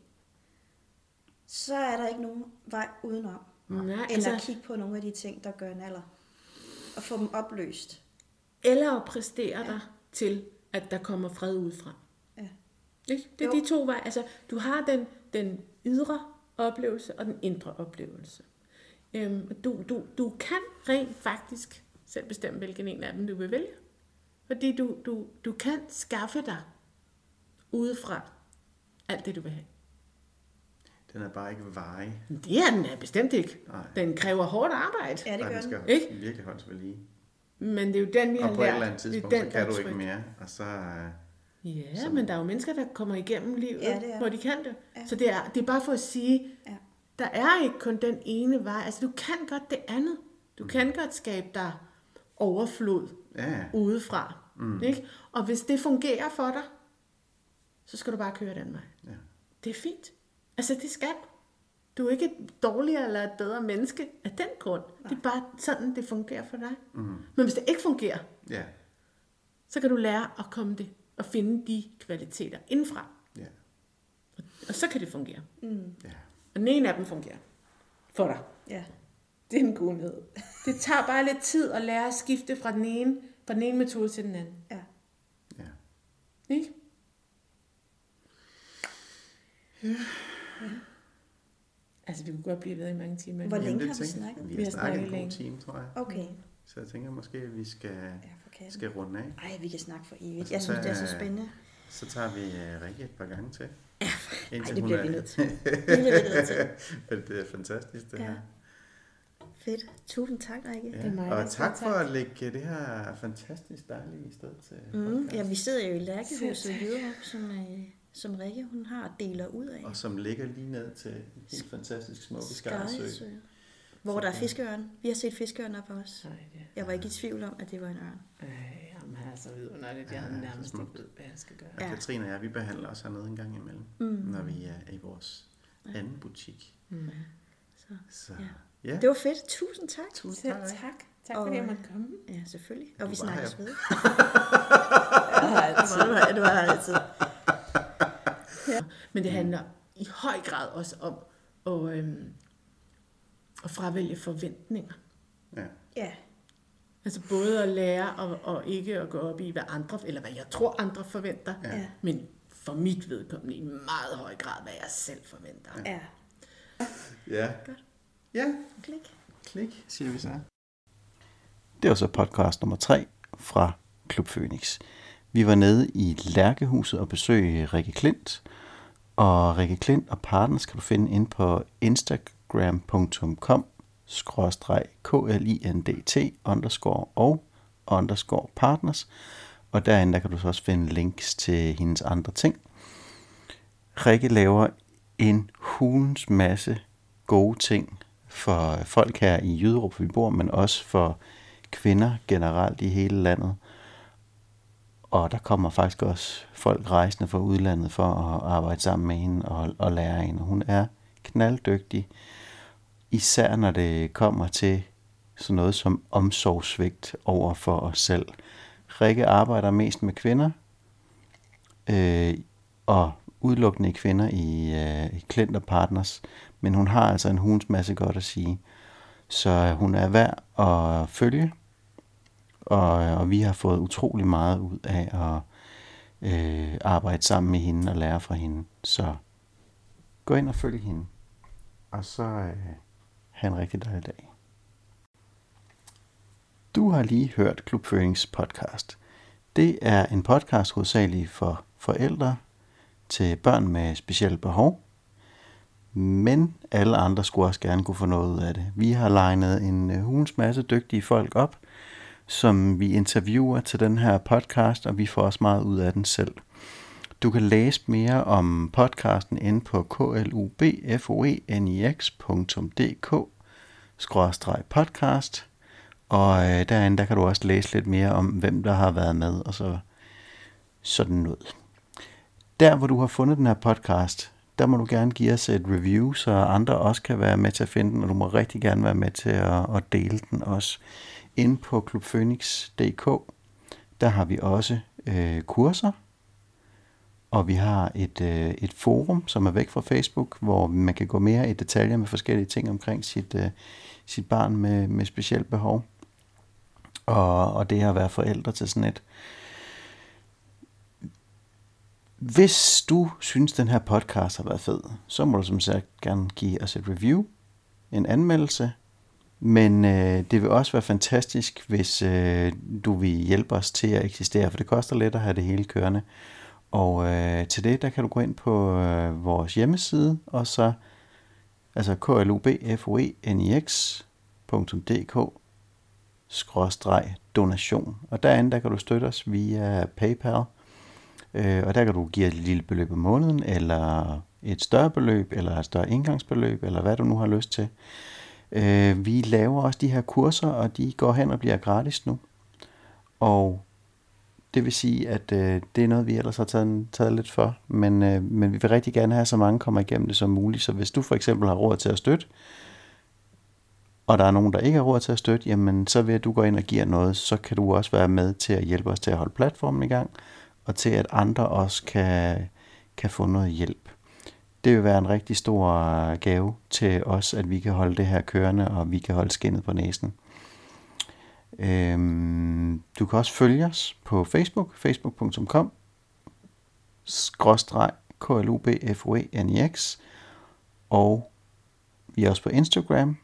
så er der ikke nogen vej udenom. Nej, End at kigge på nogle af de ting, der gør en alder. Og få dem opløst. eller at præstere dig til, at der kommer fred udefra. Ja. Ikke? Det er de to veje. Altså, du har den ydre oplevelse og den indre oplevelse. Du kan rent faktisk selv bestemme, hvilken en af dem du vil vælge. Fordi du kan skaffe dig udefra alt det, du vil have. den er bare ikke varig. Det er den bestemt ikke. Nej. Den kræver hårdt arbejde. Ja, det Og gør den den. skal Ikke? virkelig holdes ved lige. Men det er jo den, vi har Og lært. på et eller andet Det er tidspunkt, den, så kan der du er ikke tryg. mere. Og så... Ja, men der er jo mennesker, der kommer igennem livet, Ja, det er. hvor de kan det. Ja. Så det er bare for at sige, Ja. der er ikke kun den ene vej. Altså, du kan godt det andet. Du kan godt skabe dig overflod udefra. Ikke? Og hvis det fungerer for dig, så skal du bare køre den vej. Ja. Det er fint. Altså, det skal du. Du er ikke et dårligere eller et bedre menneske af den grund. Nej. Det er bare sådan, det fungerer for dig. Men hvis det ikke fungerer, Ja. så kan du lære at komme det og finde de kvaliteter indenfra. Ja. Og så kan det fungere. Ja. Og den ene af dem fungerer for dig. Ja. Det er en god nyhed. Det tager bare lidt tid at lære at skifte fra den ene metode til den anden. Ja. Ja. Ikke? Altså, vi kunne godt blive ved i mange timer. Hvor længe Jamen, det har vi tænker jeg. snakket? Vi har snakket en god time, tror jeg. Okay. Så jeg tænker måske, at vi skal runde af. Ej, vi kan snakke for evigt. Og så Jeg synes, det er så spændende. Så tager vi Rikke et par gange til. Ja, Indtil det hun bliver er- vi nødt til. Det bliver vi nødt til. Men det er fantastisk, det Ja. her. Fedt. Tusind tak, Rikke. Ja. Det er mig, Og der tak siger for tak. at lægge det her fantastisk dejlige sted til Ja, vi sidder jo i Lærkehuset Selv i Jyderup, som Rikke hun har og deler ud af. Og som ligger lige ned til en helt fantastisk smukke Skarresø. Hvor der er fiskeørn. Vi har set fiskeørn op også. Nej, det Jeg var ikke i tvivl om, at det var en ørn. jamen, her er så vidunderligt. Jeg havde nærmest ikke ved, hvad jeg skal gøre. Og Ja. Katrine og jeg, vi behandler os hernede en gang imellem, når vi er i vores anden butik. Så Ja. ja, Det var fedt. Tusind tak. tusind Selv tak. tak. Tak fordi jeg måtte komme. Ja, selvfølgelig. Og Du vi var snakkes her. ved. Ja, Det var altid. Ja. Men det handler i høj grad også om at fravælge forventninger. Ja. Ja. Altså både at lære og ikke at gå op i, hvad andre, eller hvad jeg tror, andre forventer, Ja. men for mit vedkommende i meget høj grad, hvad jeg selv forventer. Ja. Ja. Ja, Klik. klik, siger vi så. Det var så podcast nummer 3 fra Klub Phoenix. Vi var nede i Lærkehuset og besøgte Rikke Klint. Og Rikke Klint og Partners kan du finde inde på instagram.com/KLINDT_partners. Og derinde der kan du så også finde links til hendes andre ting. Rikke laver en hulens masse gode ting for folk her i Jyderup, hvor vi bor, men også for kvinder generelt i hele landet. Og der kommer faktisk også folk rejsende fra udlandet for at arbejde sammen med hende og lære hende. Hun er knalddygtig, især når det kommer til sådan noget som omsorgssvigt over for os selv. Rikke arbejder mest med kvinder, og udelukkende kvinder i Klint & Partners, men hun har altså en hulens masse godt at sige. Så hun er værd at følge, og vi har fået utrolig meget ud af at arbejde sammen med hende og lære fra hende. Så gå ind og følg hende, og så have en rigtig dejlig dag. Du har lige hørt Klub Fønix podcast. Det er en podcast hovedsageligt for forældre til børn med specielle behov, men alle andre skulle også gerne kunne få noget ud af det. Vi har legnet en hulens masse dygtige folk op, som vi interviewer til den her podcast, og vi får også meget ud af den selv. Du kan læse mere om podcasten inde på klubfønix.dk/podcast, og derinde der kan du også læse lidt mere om, hvem der har været med, og så sådan noget. Der, hvor du har fundet den her podcast, der må du gerne give os et review, så andre også kan være med til at finde den, og du må rigtig gerne være med til at dele den også. Inde på klubfønix.dk, der har vi også kurser, og vi har et forum, som er væk fra Facebook, hvor man kan gå mere i detaljer med forskellige ting omkring sit barn med specielt behov, og det at være forældre til sådan et. Hvis du synes, den her podcast har været fed, så må du som sagt gerne give os et review, en anmeldelse, men det vil også være fantastisk, hvis du vil hjælpe os til at eksistere, for det koster lidt at have det hele kørende. Og til det, der kan du gå ind på vores hjemmeside, og så altså klubfønix.dk/donation. Og derinde, der kan du støtte os via PayPal. Og der kan du give et lille beløb om måneden, eller et større beløb, eller et større indgangsbeløb, eller hvad du nu har lyst til. Vi laver også de her kurser, og de går hen og bliver gratis nu. Og det vil sige, at det er noget, vi ellers har taget lidt for. Men vi vil rigtig gerne have, så mange kommer igennem det som muligt. Så hvis du for eksempel har råd til at støtte, og der er nogen, der ikke har råd til at støtte, jamen så ved at du går ind og giver noget, så kan du også være med til at hjælpe os til at holde platformen i gang, og til at andre også kan få noget hjælp. Det vil være en rigtig stor gave til os, at vi kan holde det her kørende, og vi kan holde skindet på næsen. Du kan også følge os på Facebook, facebook.com/klubfønix, og vi er også på Instagram,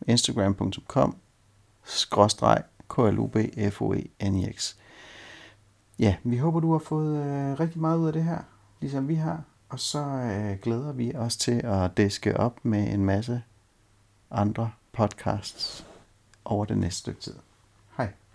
instagram.com/klubfønix. Ja, vi håber, du har fået rigtig meget ud af det her, ligesom vi har. Og så glæder vi os til at diske op med en masse andre podcasts over det næste stykke tid. Hej.